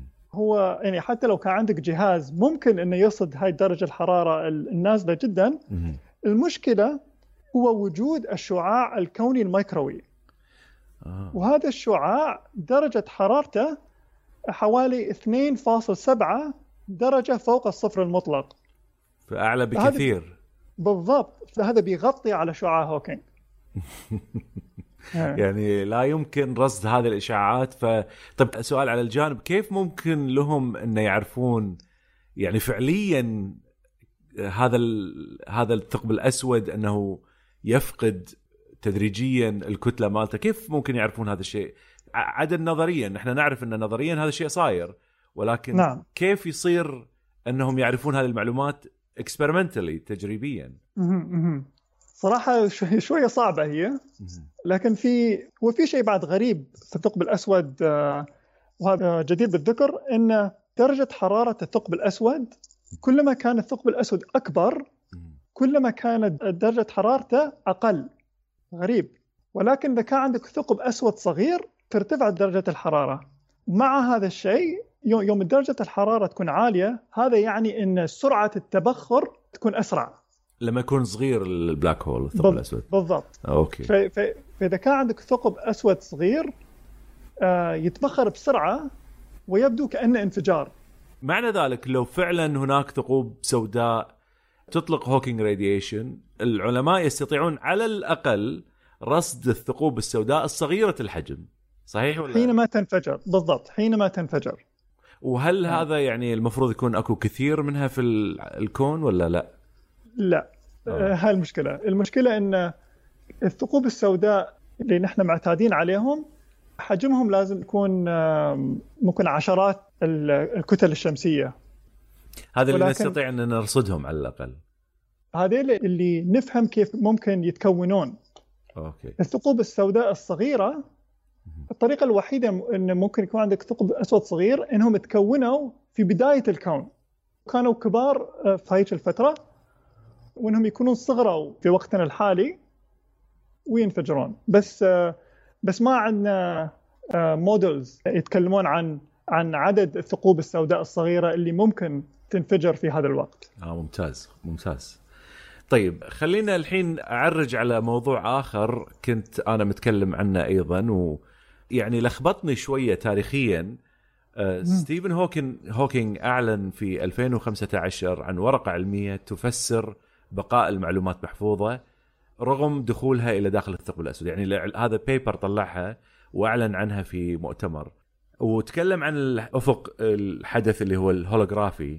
هو يعني حتى لو كان عندك جهاز ممكن انه يصد هاي درجة الحرارة النازلة جدا، المشكلة هو وجود الشعاع الكوني الميكروي. آه. وهذا الشعاع درجة حرارته حوالي اثنين فاصل سبعة درجة فوق الصفر المطلق، فأعلى بكثير. بالضبط، فهذا بيغطي على شعاع هوكينج. يعني لا يمكن رصد هذه الإشعاعات. ف طب سؤال على الجانب، كيف ممكن لهم أن يعرفون يعني فعليا هذا هذا الثقب الأسود أنه يفقد تدريجيا الكتلة مالته؟ كيف ممكن يعرفون هذا الشيء؟ عدا نظريا، نحن نعرف أن نظريا هذا الشيء صاير، ولكن نعم. كيف يصير أنهم يعرفون هذه المعلومات experimentally تجريبيا؟ صراحة شوية صعبة هي، لكن في هو في شيء بعد غريب في الثقب الأسود، وهذا جديد بالذكر، إن درجة حرارة الثقب الأسود كلما كان الثقب الأسود أكبر كلما كانت درجة حرارته أقل. غريب. ولكن إذا كان عندك ثقب أسود صغير ترتفع درجة الحرارة. مع هذا الشيء يوم درجة الحرارة تكون عالية هذا يعني إن سرعة التبخر تكون أسرع لما يكون صغير البلاك هول الثقب بل... الأسود. بالضبط. أوكي. ف... ف... فإذا كان عندك ثقب أسود صغير آه يتبخر بسرعة ويبدو كأنه انفجار. معنى ذلك لو فعلا هناك ثقوب سوداء تطلق هوكينج راديشن، العلماء يستطيعون على الأقل رصد الثقوب السوداء الصغيرة الحجم، صحيح ولا؟ حينما تنفجر. بالضبط، حينما تنفجر. وهل آه. هذا يعني المفروض يكون أكو كثير منها في الكون ولا لا؟ لا. آه. هاي المشكلة. المشكلة إن الثقوب السوداء اللي نحن معتادين عليهم حجمهم لازم يكون ممكن عشرات الكتل الشمسية. هذا اللي نستطيع أن نرصدهم على الأقل. هذه اللي نفهم كيف ممكن يتكونون. أوكي. الثقوب السوداء الصغيرة الطريقة الوحيدة إن ممكن يكون عندك ثقب أسود صغير إنهم تكونوا في بداية الكون، كانوا كبار في هذه الفترة، وإنهم يكونون صغروا في وقتنا الحالي وينفجرون. بس بس ما عندنا مودلز يتكلمون عن عن عدد الثقوب السوداء الصغيرة اللي ممكن تنفجر في هذا الوقت. آه ممتاز ممتاز. طيب خلينا الحين أعرج على موضوع آخر كنت أنا متكلم عنه أيضا، ويعني لخبطني شوية تاريخيا، آه ستيفن هوكينج هوكينج أعلن في ألفين وخمسة عشر عن ورقة علمية تفسر بقاء المعلومات محفوظة رغم دخولها إلى داخل الثقب الأسود. يعني هذا بيبر طلعها وأعلن عنها في مؤتمر، وتكلم عن الأفق الحدث اللي هو الهولوغرافي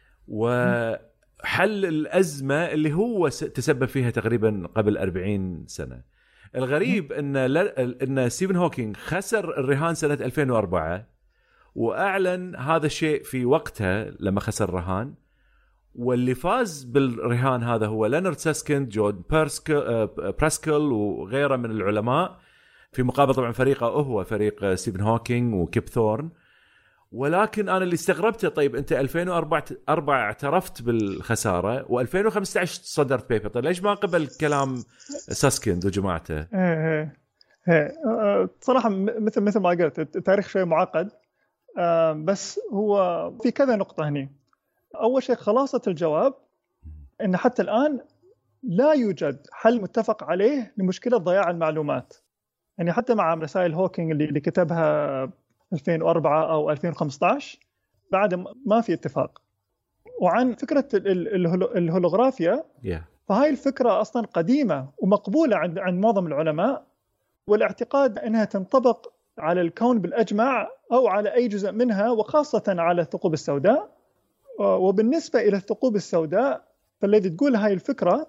وحل الأزمة اللي هو تسبب فيها تقريبا قبل أربعين سنة. الغريب أن أن ستيفن هوكينج خسر الرهان سنة ألفين وأربعة، وأعلن هذا الشيء في وقتها لما خسر الرهان، واللي فاز بالرهان هذا هو لينارد ساسكند، جون براسكل وغيره من العلماء، في مقابل طبعا فريقه هو فريق ستيفن هوكينج وكيب ثورن. ولكن أنا اللي استغربته، طيب أنت ألفين وأربعة اعترفت بالخسارة و2015 صدرت بيبر، طيب ليش ما قبل كلام ساسكند وجماعته؟ ايه ايه صراحة مثل مثل ما قلت التاريخ شيء معقد، بس هو في كذا نقطة هنا. أول شيء خلاصة الجواب إن حتى الآن لا يوجد حل متفق عليه لمشكلة ضياع المعلومات. يعني حتى مع رسائل هوكينج اللي, اللي كتبها ألفين وأربعة أو ألفين وخمسة عشر بعد ما في اتفاق. وعن فكرة الهولوغرافيا yeah. فهاي الفكرة أصلا قديمة ومقبولة عند عند معظم العلماء، والاعتقاد أنها تنطبق على الكون بالأجمع أو على أي جزء منها، وخاصة على الثقوب السوداء. وبالنسبة إلى الثقوب السوداء فالذي تقول هاي الفكرة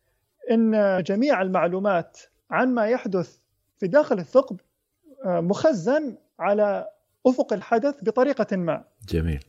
إن جميع المعلومات عن ما يحدث في داخل الثقب مخزن على أفق الحدث بطريقة ما. جميل.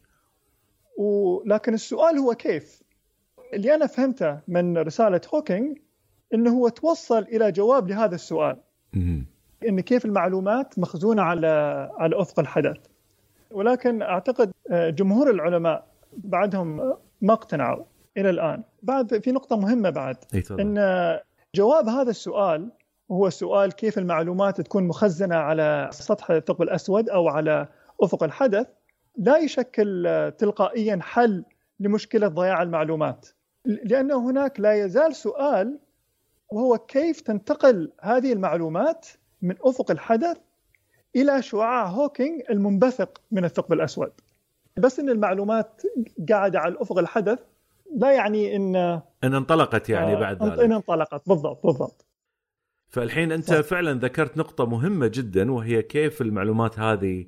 ولكن السؤال هو كيف؟ اللي أنا فهمته من رسالة هوكينج إنه هو توصل إلى جواب لهذا السؤال، إن كيف المعلومات مخزونة على على أفق الحدث. ولكن أعتقد جمهور العلماء بعدهم ما اقتنعوا إلى الآن. بعد في نقطة مهمة بعد، إن جواب هذا السؤال هو سؤال كيف المعلومات تكون مخزنة على سطح الثقب الأسود أو على أفق الحدث، لا يشكل تلقائيا حل لمشكلة ضياع المعلومات، لأنه هناك لا يزال سؤال، وهو كيف تنتقل هذه المعلومات من أفق الحدث إلى شعاع هوكينج المنبثق من الثقب الأسود. بس إن المعلومات قاعدة على الأفق الحدث لا يعني إن إن انطلقت يعني بعد ذلك. إن انطلقت بالضبط بالضبط. فالحين أنت صح. فعلا ذكرت نقطة مهمة جدا، وهي كيف المعلومات هذه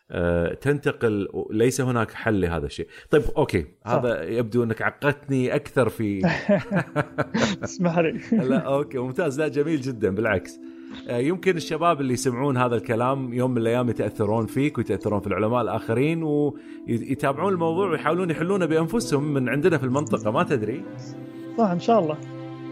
تنتقل، ليس هناك حل لهذا الشيء. طيب أوكي صح. هذا يبدو أنك عقدتني أكثر في اسمح لي. لا أوكي ممتاز، لا جميل جدا بالعكس. يمكن الشباب اللي يسمعون هذا الكلام يوم من الأيام يتأثرون فيك ويتأثرون في العلماء الآخرين ويتابعون الموضوع ويحاولون يحلونه بأنفسهم من عندنا في المنطقة، ما تدري. صح إن شاء الله.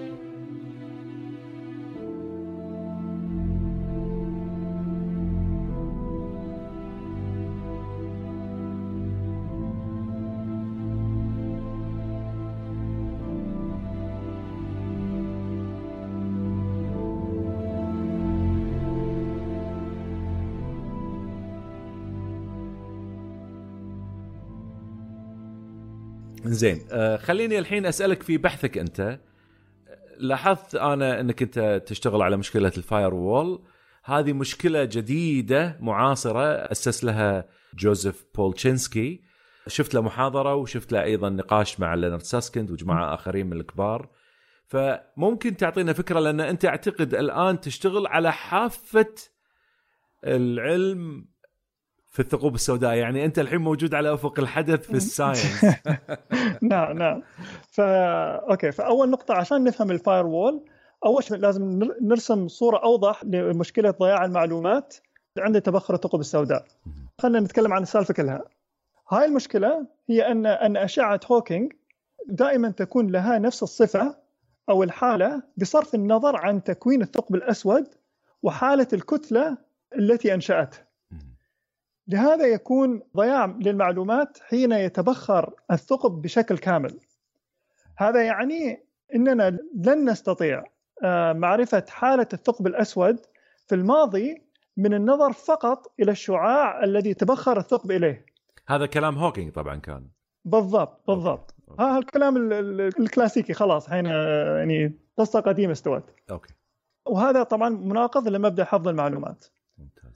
زين، آه خليني الحين أسألك في بحثك أنت. لاحظت أنا أنك أنت تشتغل على مشكلة الفاير وول. هذه مشكلة جديدة معاصرة أسس لها جوزيف بولتشينسكي. شفت له محاضرة وشفت له أيضا نقاش مع لينارد ساسكند وجماعة آخرين من الكبار. فممكن تعطينا فكرة، لأن أنت أعتقد الآن تشتغل على حافة العلم في الثقوب السوداء، يعني أنت الحين موجود على أفق الحدث في الساينس. نعم نعم. فا أوكي، فأول نقطة عشان نفهم الفاير وول، أول شيء لازم نرسم صورة أوضح لمشكلة ضياع المعلومات عند تبخر الثقوب السوداء. خلينا نتكلم عن السالفة كلها. هاي المشكلة هي أن أن أشعة هوكينج دائما تكون لها نفس الصفة أو الحالة بصرف النظر عن تكوين الثقب الأسود وحالة الكتلة التي أنشأته. لهذا يكون ضياع للمعلومات حين يتبخر الثقب بشكل كامل. هذا يعني أننا لن نستطيع معرفة حالة الثقب الأسود في الماضي من النظر فقط إلى الشعاع الذي تبخر الثقب إليه. هذا كلام هوكينج طبعا كان. بالضبط بالضبط. هذا الكلام الكلاسيكي خلاص، حين يعني قصة قديمة استوت. أوكي. وهذا طبعا مناقض لمبدأ حفظ المعلومات. ممتاز.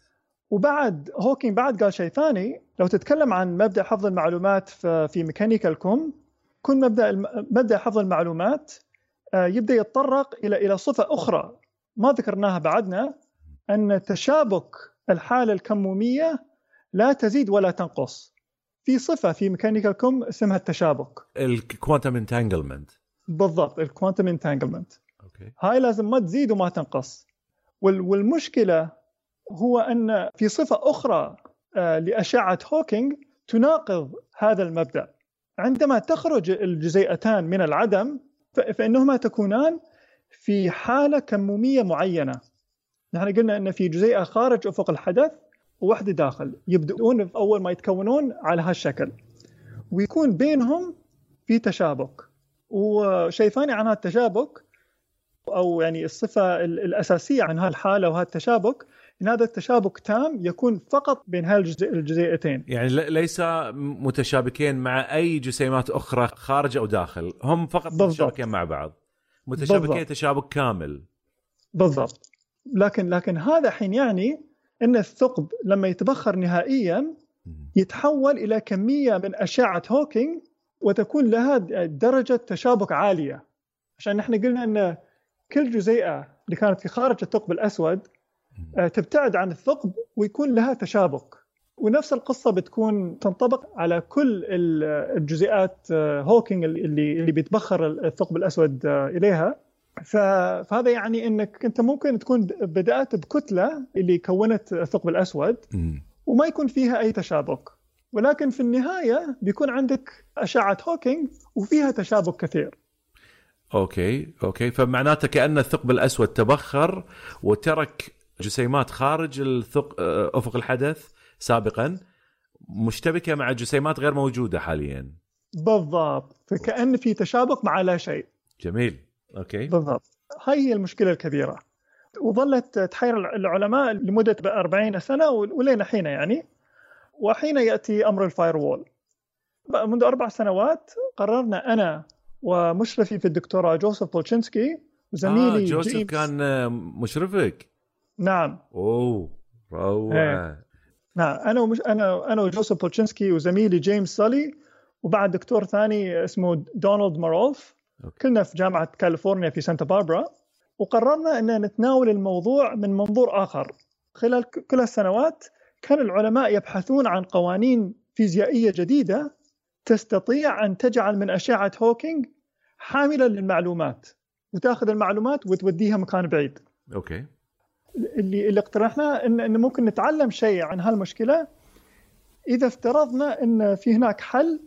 وبعد هوكينج بعد قال شيء ثاني. لو تتكلم عن مبدأ حفظ المعلومات في ميكانيكال كوم، كل مبدأ مبدأ حفظ المعلومات يبدأ يتطرق إلى إلى صفة أخرى ما ذكرناها بعدنا، أن تشابك الحالة الكمومية لا تزيد ولا تنقص. في صفة في ميكانيكال كوم اسمها التشابك، الكوانتم انتانجلمنت. بالضبط، الكوانتم انتانجلمنت. أوكي. هاي لازم ما تزيد وما تنقص. والمشكلة هو أن في صفة أخرى لأشعة هوكينج تناقض هذا المبدأ. عندما تخرج الجزيئتان من العدم فإنهما تكونان في حالة كمومية معينة. نحن قلنا أن في جزيئة خارج أفق الحدث وواحدة داخل، يبدؤون أول ما يتكونون على هالشكل، ويكون بينهم في تشابك. وشيء ثاني عن هذا التشابك، أو يعني الصفة الأساسية عن هالحالة وهذا التشابك، إن هذا التشابك تام يكون فقط بين هالجزيئتين، يعني ليس متشابكين مع أي جسيمات أخرى خارج أو داخل، هم فقط بالضبط. متشابكين مع بعض، متشابكين بالضبط. تشابك كامل. بالضبط. لكن لكن هذا حين يعني أن الثقب لما يتبخر نهائيا يتحول إلى كمية من أشعة هوكينج وتكون لها درجة تشابك عالية. عشان نحن قلنا أن كل جزيئة اللي كانت في خارج الثقب الأسود تبتعد عن الثقب ويكون لها تشابك، ونفس القصة بتكون تنطبق على كل الجزيئات هوكينج اللي اللي بيتبخر الثقب الأسود إليها. فهذا يعني أنك أنت ممكن تكون بدأت بكتلة اللي كونت الثقب الأسود وما يكون فيها أي تشابك، ولكن في النهاية بيكون عندك أشعة هوكينج وفيها تشابك كثير. أوكي أوكي فمعناته كأن الثقب الأسود تبخر وترك جسيمات خارج الثقب أفق الحدث سابقا مشتبكة مع جسيمات غير موجودة حاليا. بالضبط، فكأن في تشابك مع لا شيء. جميل. أوكي. بالضبط، هاي هي المشكلة الكبيرة، وظلت تحير العلماء لمدة أربعين سنة ولين حين يعني. وحين يأتي أمر الفايروول منذ أربع سنوات قررنا أنا ومشرفي في الدكتوراه جوزيف بولشينسكي وزميلي آه جوزيف جيمس. كان مشرفك؟ نعم. أوه روعة. نعم، أنا ومش أنا أنا وجوزيف بولشينسكي وزميلي جيمس سالي وبعد دكتور ثاني اسمه دونالد مارولف، كلنا في جامعة كاليفورنيا في سانتا باربرا، وقررنا أن نتناول الموضوع من منظور آخر. خلال كل السنوات كان العلماء يبحثون عن قوانين فيزيائية جديدة تستطيع أن تجعل من أشعة هوكينج حاملة للمعلومات وتأخذ المعلومات وتوديها مكان بعيد. أوكي. اللي اللي اقترحناه إن إن ممكن نتعلم شيء عن هالمشكلة إذا افترضنا إن في هناك حل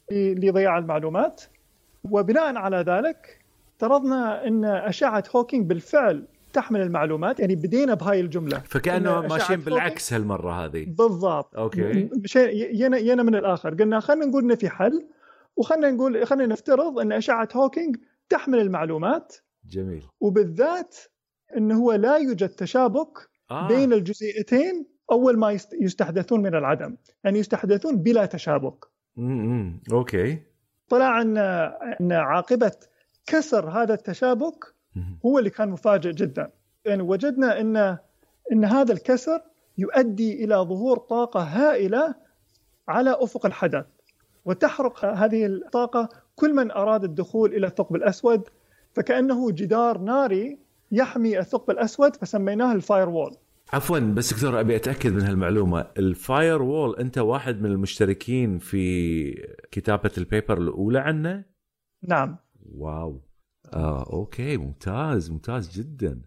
لضياع المعلومات، وبناء على ذلك افترضنا إن أشعة هوكينج بالفعل تحمل المعلومات. يعني بدينا بهاي الجملة، فكأنه ماشيين بالعكس هالمرة هذه. بالضبط. أوكي. ينا ينا من الآخر قلنا خلينا نقول إن في حل، وخلينا نقول خلينا نفترض أن أشعة هوكينج تحمل المعلومات. جميل. وبالذات إنه هو لا يوجد تشابك آه. بين الجزيئتين أول ما يستحدثون من العدم، يعني يستحدثون بلا تشابك. امم أوكي. طلع أن أن عاقبة كسر هذا التشابك هو اللي كان مفاجئ جدا. يعني وجدنا أن أن هذا الكسر يؤدي إلى ظهور طاقة هائلة على أفق الحدث، وتحرق هذه الطاقة كل من أراد الدخول إلى الثقب الأسود، فكأنه جدار ناري يحمي الثقب الأسود، فسميناه الفاير وول. عفوا بس دكتور أبي أتأكد من هالمعلومة، الفاير وول أنت واحد من المشتركين في كتابة البيبر الأولى عنه؟ نعم. واو. آه أوكي ممتاز ممتاز جدا.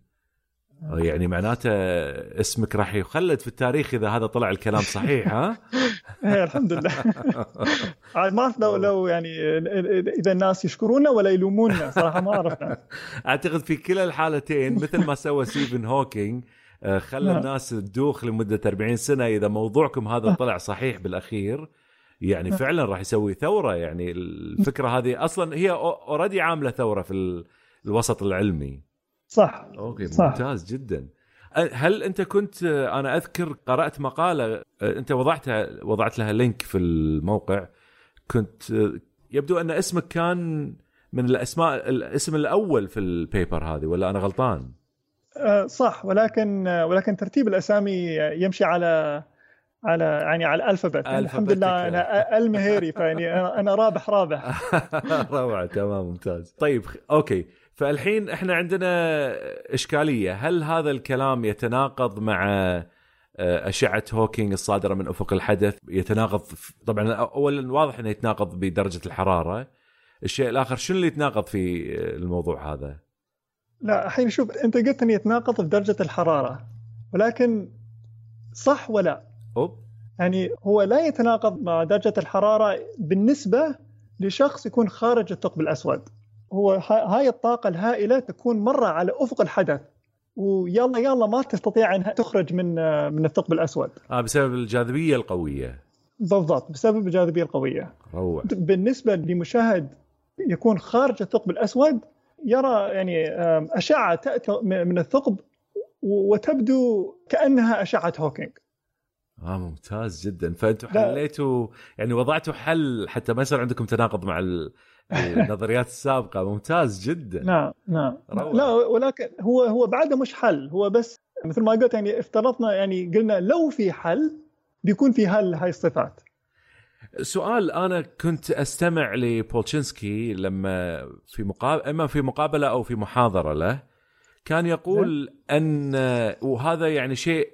آه يعني معناته اسمك راح يخلد في التاريخ إذا هذا طلع الكلام صحيح. ها الحمد لله. ما أعرف لو لو يعني إذا الناس يشكرونا ولا يلومونا، صراحة ما عرفنا. أعتقد في كلا الحالتين مثل ما سوى ستيفن هوكينج خلى الناس تدوخ لمدة أربعين سنة، إذا موضوعكم هذا طلع صحيح بالأخير يعني فعلا راح يسوي ثورة. يعني الفكرة هذه أصلا هي أوريدي عاملة ثورة في الوسط العلمي. صح. أوكي صح. ممتاز جدا. هل أنت كنت، أنا أذكر قرأت مقالة أنت وضعتها وضعت لها لينك في الموقع، كنت يبدو أن اسمك كان من الأسماء الاسم الأول في البيبر هذه، ولا أنا غلطان؟ صح، ولكن ولكن ترتيب الأسامي يمشي على على يعني على الألفابت. يعني الحمد لله أنا المهيري، فيعني أنا أنا رابح رابح. روعة، تمام، ممتاز. طيب أوكي، فالحين إحنا عندنا إشكالية. هل هذا الكلام يتناقض مع أشعة هوكينج الصادرة من أفق الحدث؟ يتناقض طبعا، أولا واضح أنه يتناقض بدرجة الحرارة. الشيء الآخر شنو اللي يتناقض في الموضوع هذا؟ لا الحين شوف، أنت قلت أن يتناقض بدرجة الحرارة، ولكن صح ولا؟ أوب. يعني هو لا يتناقض مع درجة الحرارة بالنسبة لشخص يكون خارج الثقب الأسود. هو هاي الطاقة الهائلة تكون مرة على أفق الحدث، ويلا يلا ما تستطيع أن تخرج من من الثقب الأسود. آه بسبب الجاذبية القوية. بالضبط، بسبب الجاذبية القوية. روح. بالنسبة لمشاهد يكون خارج الثقب الأسود، يرى يعني أشعة تأتي من الثقب وتبدو كأنها أشعة هوكينج. آه ممتاز جدا. فأنتوا حليتوا يعني وضعتوا حل حتى ما يصير عندكم تناقض مع النظريات السابقة. ممتاز جدا. نعم نعم. لا ولكن هو هو بعده مش حل، هو بس مثل ما قلت يعني افترضنا، يعني قلنا لو في حل بيكون في هل هاي الصفات. سؤال، أنا كنت أستمع لبولشينسكي لما في مقابلة، إما في مقابلة أو في محاضرة له، كان يقول أن، وهذا يعني شيء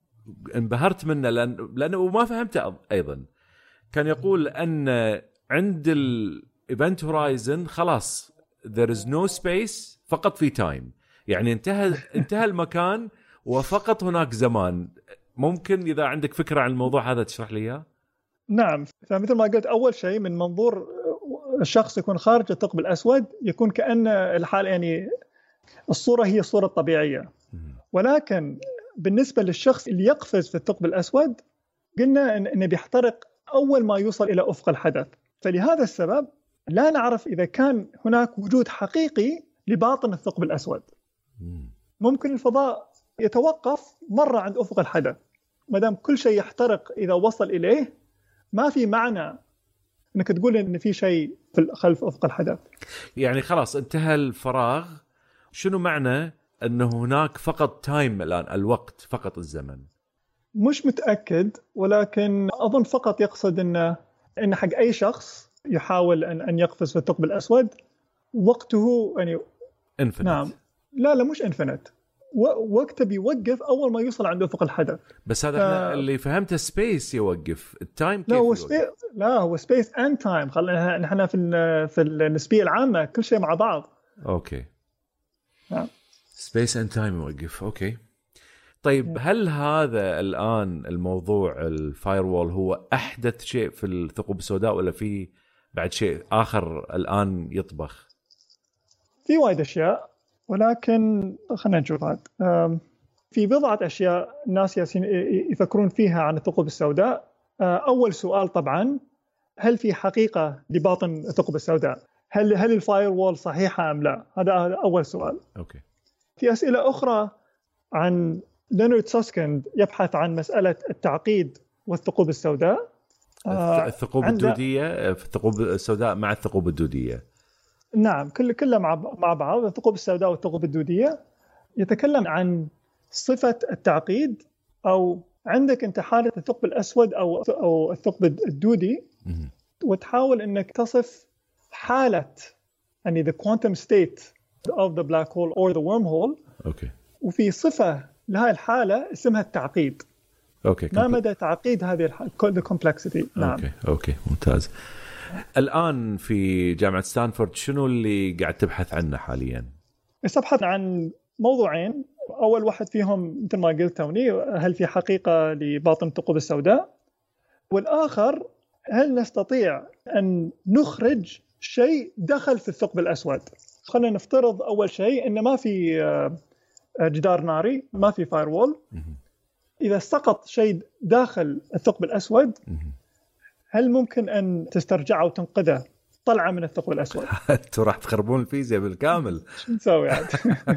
انبهرت منه لأن لأنه وما فهمته أيضا، كان يقول أن عند الإيفنت هورايزن خلاص there is no space، فقط في تايم، يعني انتهى انتهى المكان وفقط هناك زمان. ممكن إذا عندك فكرة عن الموضوع هذا تشرح لي إياه؟ نعم، فمثل ما قلت أول شيء من منظور الشخص يكون خارج الثقب الأسود يكون كأن الحال يعني الصورة هي الصورة الطبيعية، ولكن بالنسبة للشخص اللي يقفز في الثقب الأسود قلنا إنه بيحترق أول ما يوصل إلى أفق الحدث. فلهذا السبب لا نعرف إذا كان هناك وجود حقيقي لباطن الثقب الأسود. ممكن الفضاء يتوقف مرة عند أفق الحدث، ما دام كل شيء يحترق إذا وصل إليه ما في معنى إنك تقول إن في شيء في خلف أفق الحدث. يعني خلاص انتهى الفراغ. شنو معنى أنه هناك فقط تايم الآن، الوقت فقط، الزمن؟ مش متأكد، ولكن أظن فقط يقصد إن إن حق أي شخص يحاول أن أن يقفز في الثقب الأسود وقته يعني infinite. نعم، لا لا مش infinite، وقته بيوقف أول ما يوصل عند أفق الحدث. بس هذا ف... احنا اللي فهمته سبيس يوقف التايم. كيف لا هو سبي... لا هو سبيس اند تايم. خلينا نحن في في النسبية العامة كل شيء مع بعض. اوكي. نعم. سبيس اند تايم يوقف. اوكي. طيب هل هذا الآن الموضوع الفايروول هو أحدث شيء في الثقوب السوداء، ولا في بعد شيء آخر الآن يطبخ؟ في وايد أشياء، ولكن خلينا نشوف هذا. في بضعة أشياء الناس يفكرون فيها عن الثقوب السوداء. أول سؤال طبعا، هل في حقيقة لباطن الثقوب السوداء؟ هل هل الفايروول صحيحة أم لا؟ هذا أول سؤال. أوكي. في أسئلة أخرى عن لينارد ساسكند يبحث عن مسألة التعقيد والثقوب السوداء. الثقوب الدودية، في الثقوب السوداء مع الثقوب الدودية. نعم، كل كله مع مع بعض، الثقوب السوداء والثقوب الدودية. يتكلم عن صفة التعقيد، أو عندك أنت حالة الثقب الأسود أو أو الثقب الدودي، وتحاول إنك تصف حالة يعني the quantum state of the black hole or the wormhole. أوكي. وفي صفة لهذه الحالة اسمها التعقيد. أوكي. ما مدى تعقيد هذه الحالة the complexity. نعم. أوكي أوكي ممتاز. الآن في جامعة ستانفورد شنو اللي قاعد تبحث عنه حاليا؟ أبحث عن موضوعين. أول واحد فيهم مثل ما قلت توني، هل في حقيقة لباطن الثقوب السوداء؟ والآخر هل نستطيع أن نخرج شيء دخل في الثقب الأسود؟ خلينا نفترض أول شيء إن ما في جدار ناري، ما في فايروول. إذا سقط شيء داخل الثقب الأسود هل ممكن أن تسترجعه وتنقذه طلعة من الثقب الأسود؟ أنتوا راح تخربون الفيزياء بالكامل. شو نسوي عاد؟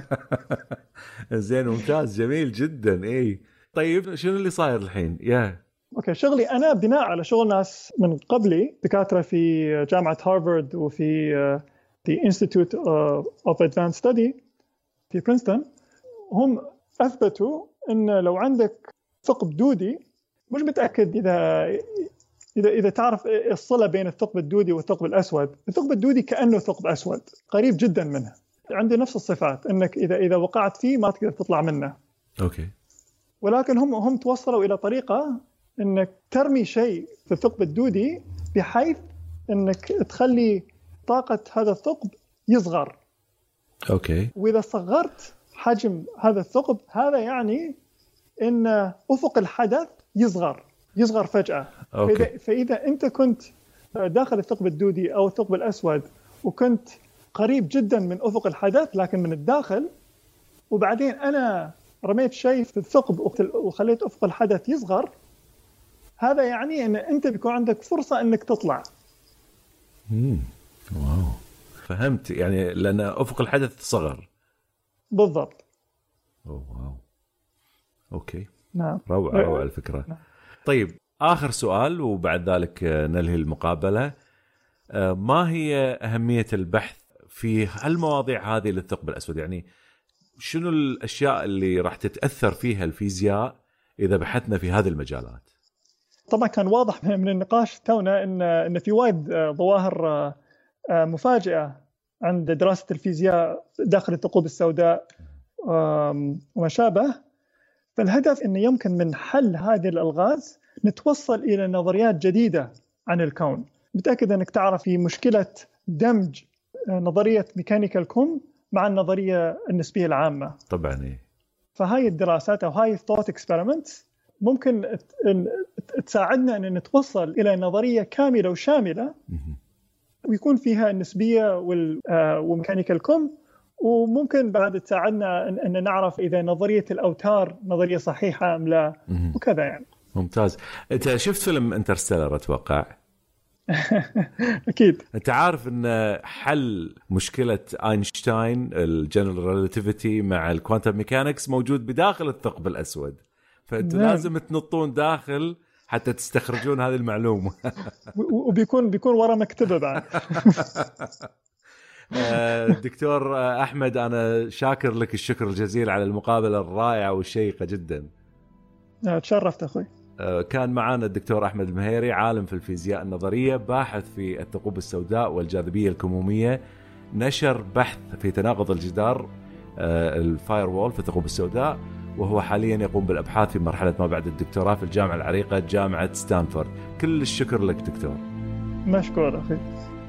زين، ممتاز، جميل جدا. إيه طيب شنو اللي صاير الحين؟ يا أوكي، شغلي أنا بناء على شغل ناس من قبلي دكاترة في جامعة هارفارد وفي في Institute of Advanced Study في برينستون، هم أثبتوا أن لو عندك ثقب دودي، مش متأكد إذا إذا إذا تعرف الصلة بين الثقب الدودي والثقب الأسود. الثقب الدودي كأنه ثقب أسود، قريب جدا منه، عنده نفس الصفات، أنك إذا إذا وقعت فيه ما تقدر تطلع منه. أوكي. ولكن هم هم توصلوا إلى طريقة أنك ترمي شيء في الثقب الدودي بحيث أنك تخلي طاقة هذا الثقب يصغر. أوكي. وإذا صغرت حجم هذا الثقب، هذا يعني أن أفق الحدث يصغر يصغر فجأة. أوكي. فإذا, فإذا أنت كنت داخل الثقب الدودي أو الثقب الأسود وكنت قريب جدا من أفق الحدث لكن من الداخل، وبعدين أنا رميت شيء في الثقب وخليت أفق الحدث يصغر، هذا يعني أن أنت بيكون عندك فرصة أنك تطلع. مم. واو، فهمت، يعني لأن أفق الحدث صغر. بالضبط. أوه واو. أوكي. نعم. روعة روعة الفكرة. نعم. طيب آخر سؤال وبعد ذلك ننهي المقابلة. ما هي أهمية البحث في هالمواضيع هذه للثقب الأسود؟ يعني شنو الأشياء اللي راح تتأثر فيها الفيزياء إذا بحثنا في هذه المجالات؟ طبعا كان واضح من النقاش تونا إن إن في وايد ظواهر مفاجئة عند دراسة الفيزياء داخل الثقوب السوداء وما شابه. فالهدف إنه يمكن من حل هذه الألغاز نتوصل إلى نظريات جديدة عن الكون. متأكد أنك تعرف في مشكلة دمج نظرية ميكانيكا الكم مع النظرية النسبية العامة. طبعا إيه. فهاي الدراسات أو هاي الثوت اكسبيرمنتس ممكن تساعدنا أن نتوصل إلى نظرية كاملة وشاملة ويكون فيها النسبية وميكانيكا الكم، وممكن بعد تساعدنا أن نعرف إذا نظرية الأوتار نظرية صحيحة أم لا وكذا يعني. ممتاز. أنت شفت فيلم انترستيلر أتوقع؟ أكيد. أنت عارف أن حل مشكلة أينشتاين الجنرال ريلاتيفيتي مع الكوانتم ميكانكس موجود بداخل الثقب الأسود، فأنتوا نعم. لازم تنطون داخل حتى تستخرجون هذه المعلومة. وبيكون بيكون ورا مكتبة بعد. الدكتور أحمد، أنا شاكر لك الشكر الجزيل على المقابلة الرائعة والشيقة جدا. تشرفت أخوي. كان معنا الدكتور أحمد المهيري، عالم في الفيزياء النظرية، باحث في الثقوب السوداء والجاذبية الكمومية، نشر بحث في تناقض الجدار الفاير وول في الثقوب السوداء، وهو حاليا يقوم بالأبحاث في مرحلة ما بعد الدكتوراه في الجامعة العريقة جامعة ستانفورد. كل الشكر لك دكتور. مشكور أخي.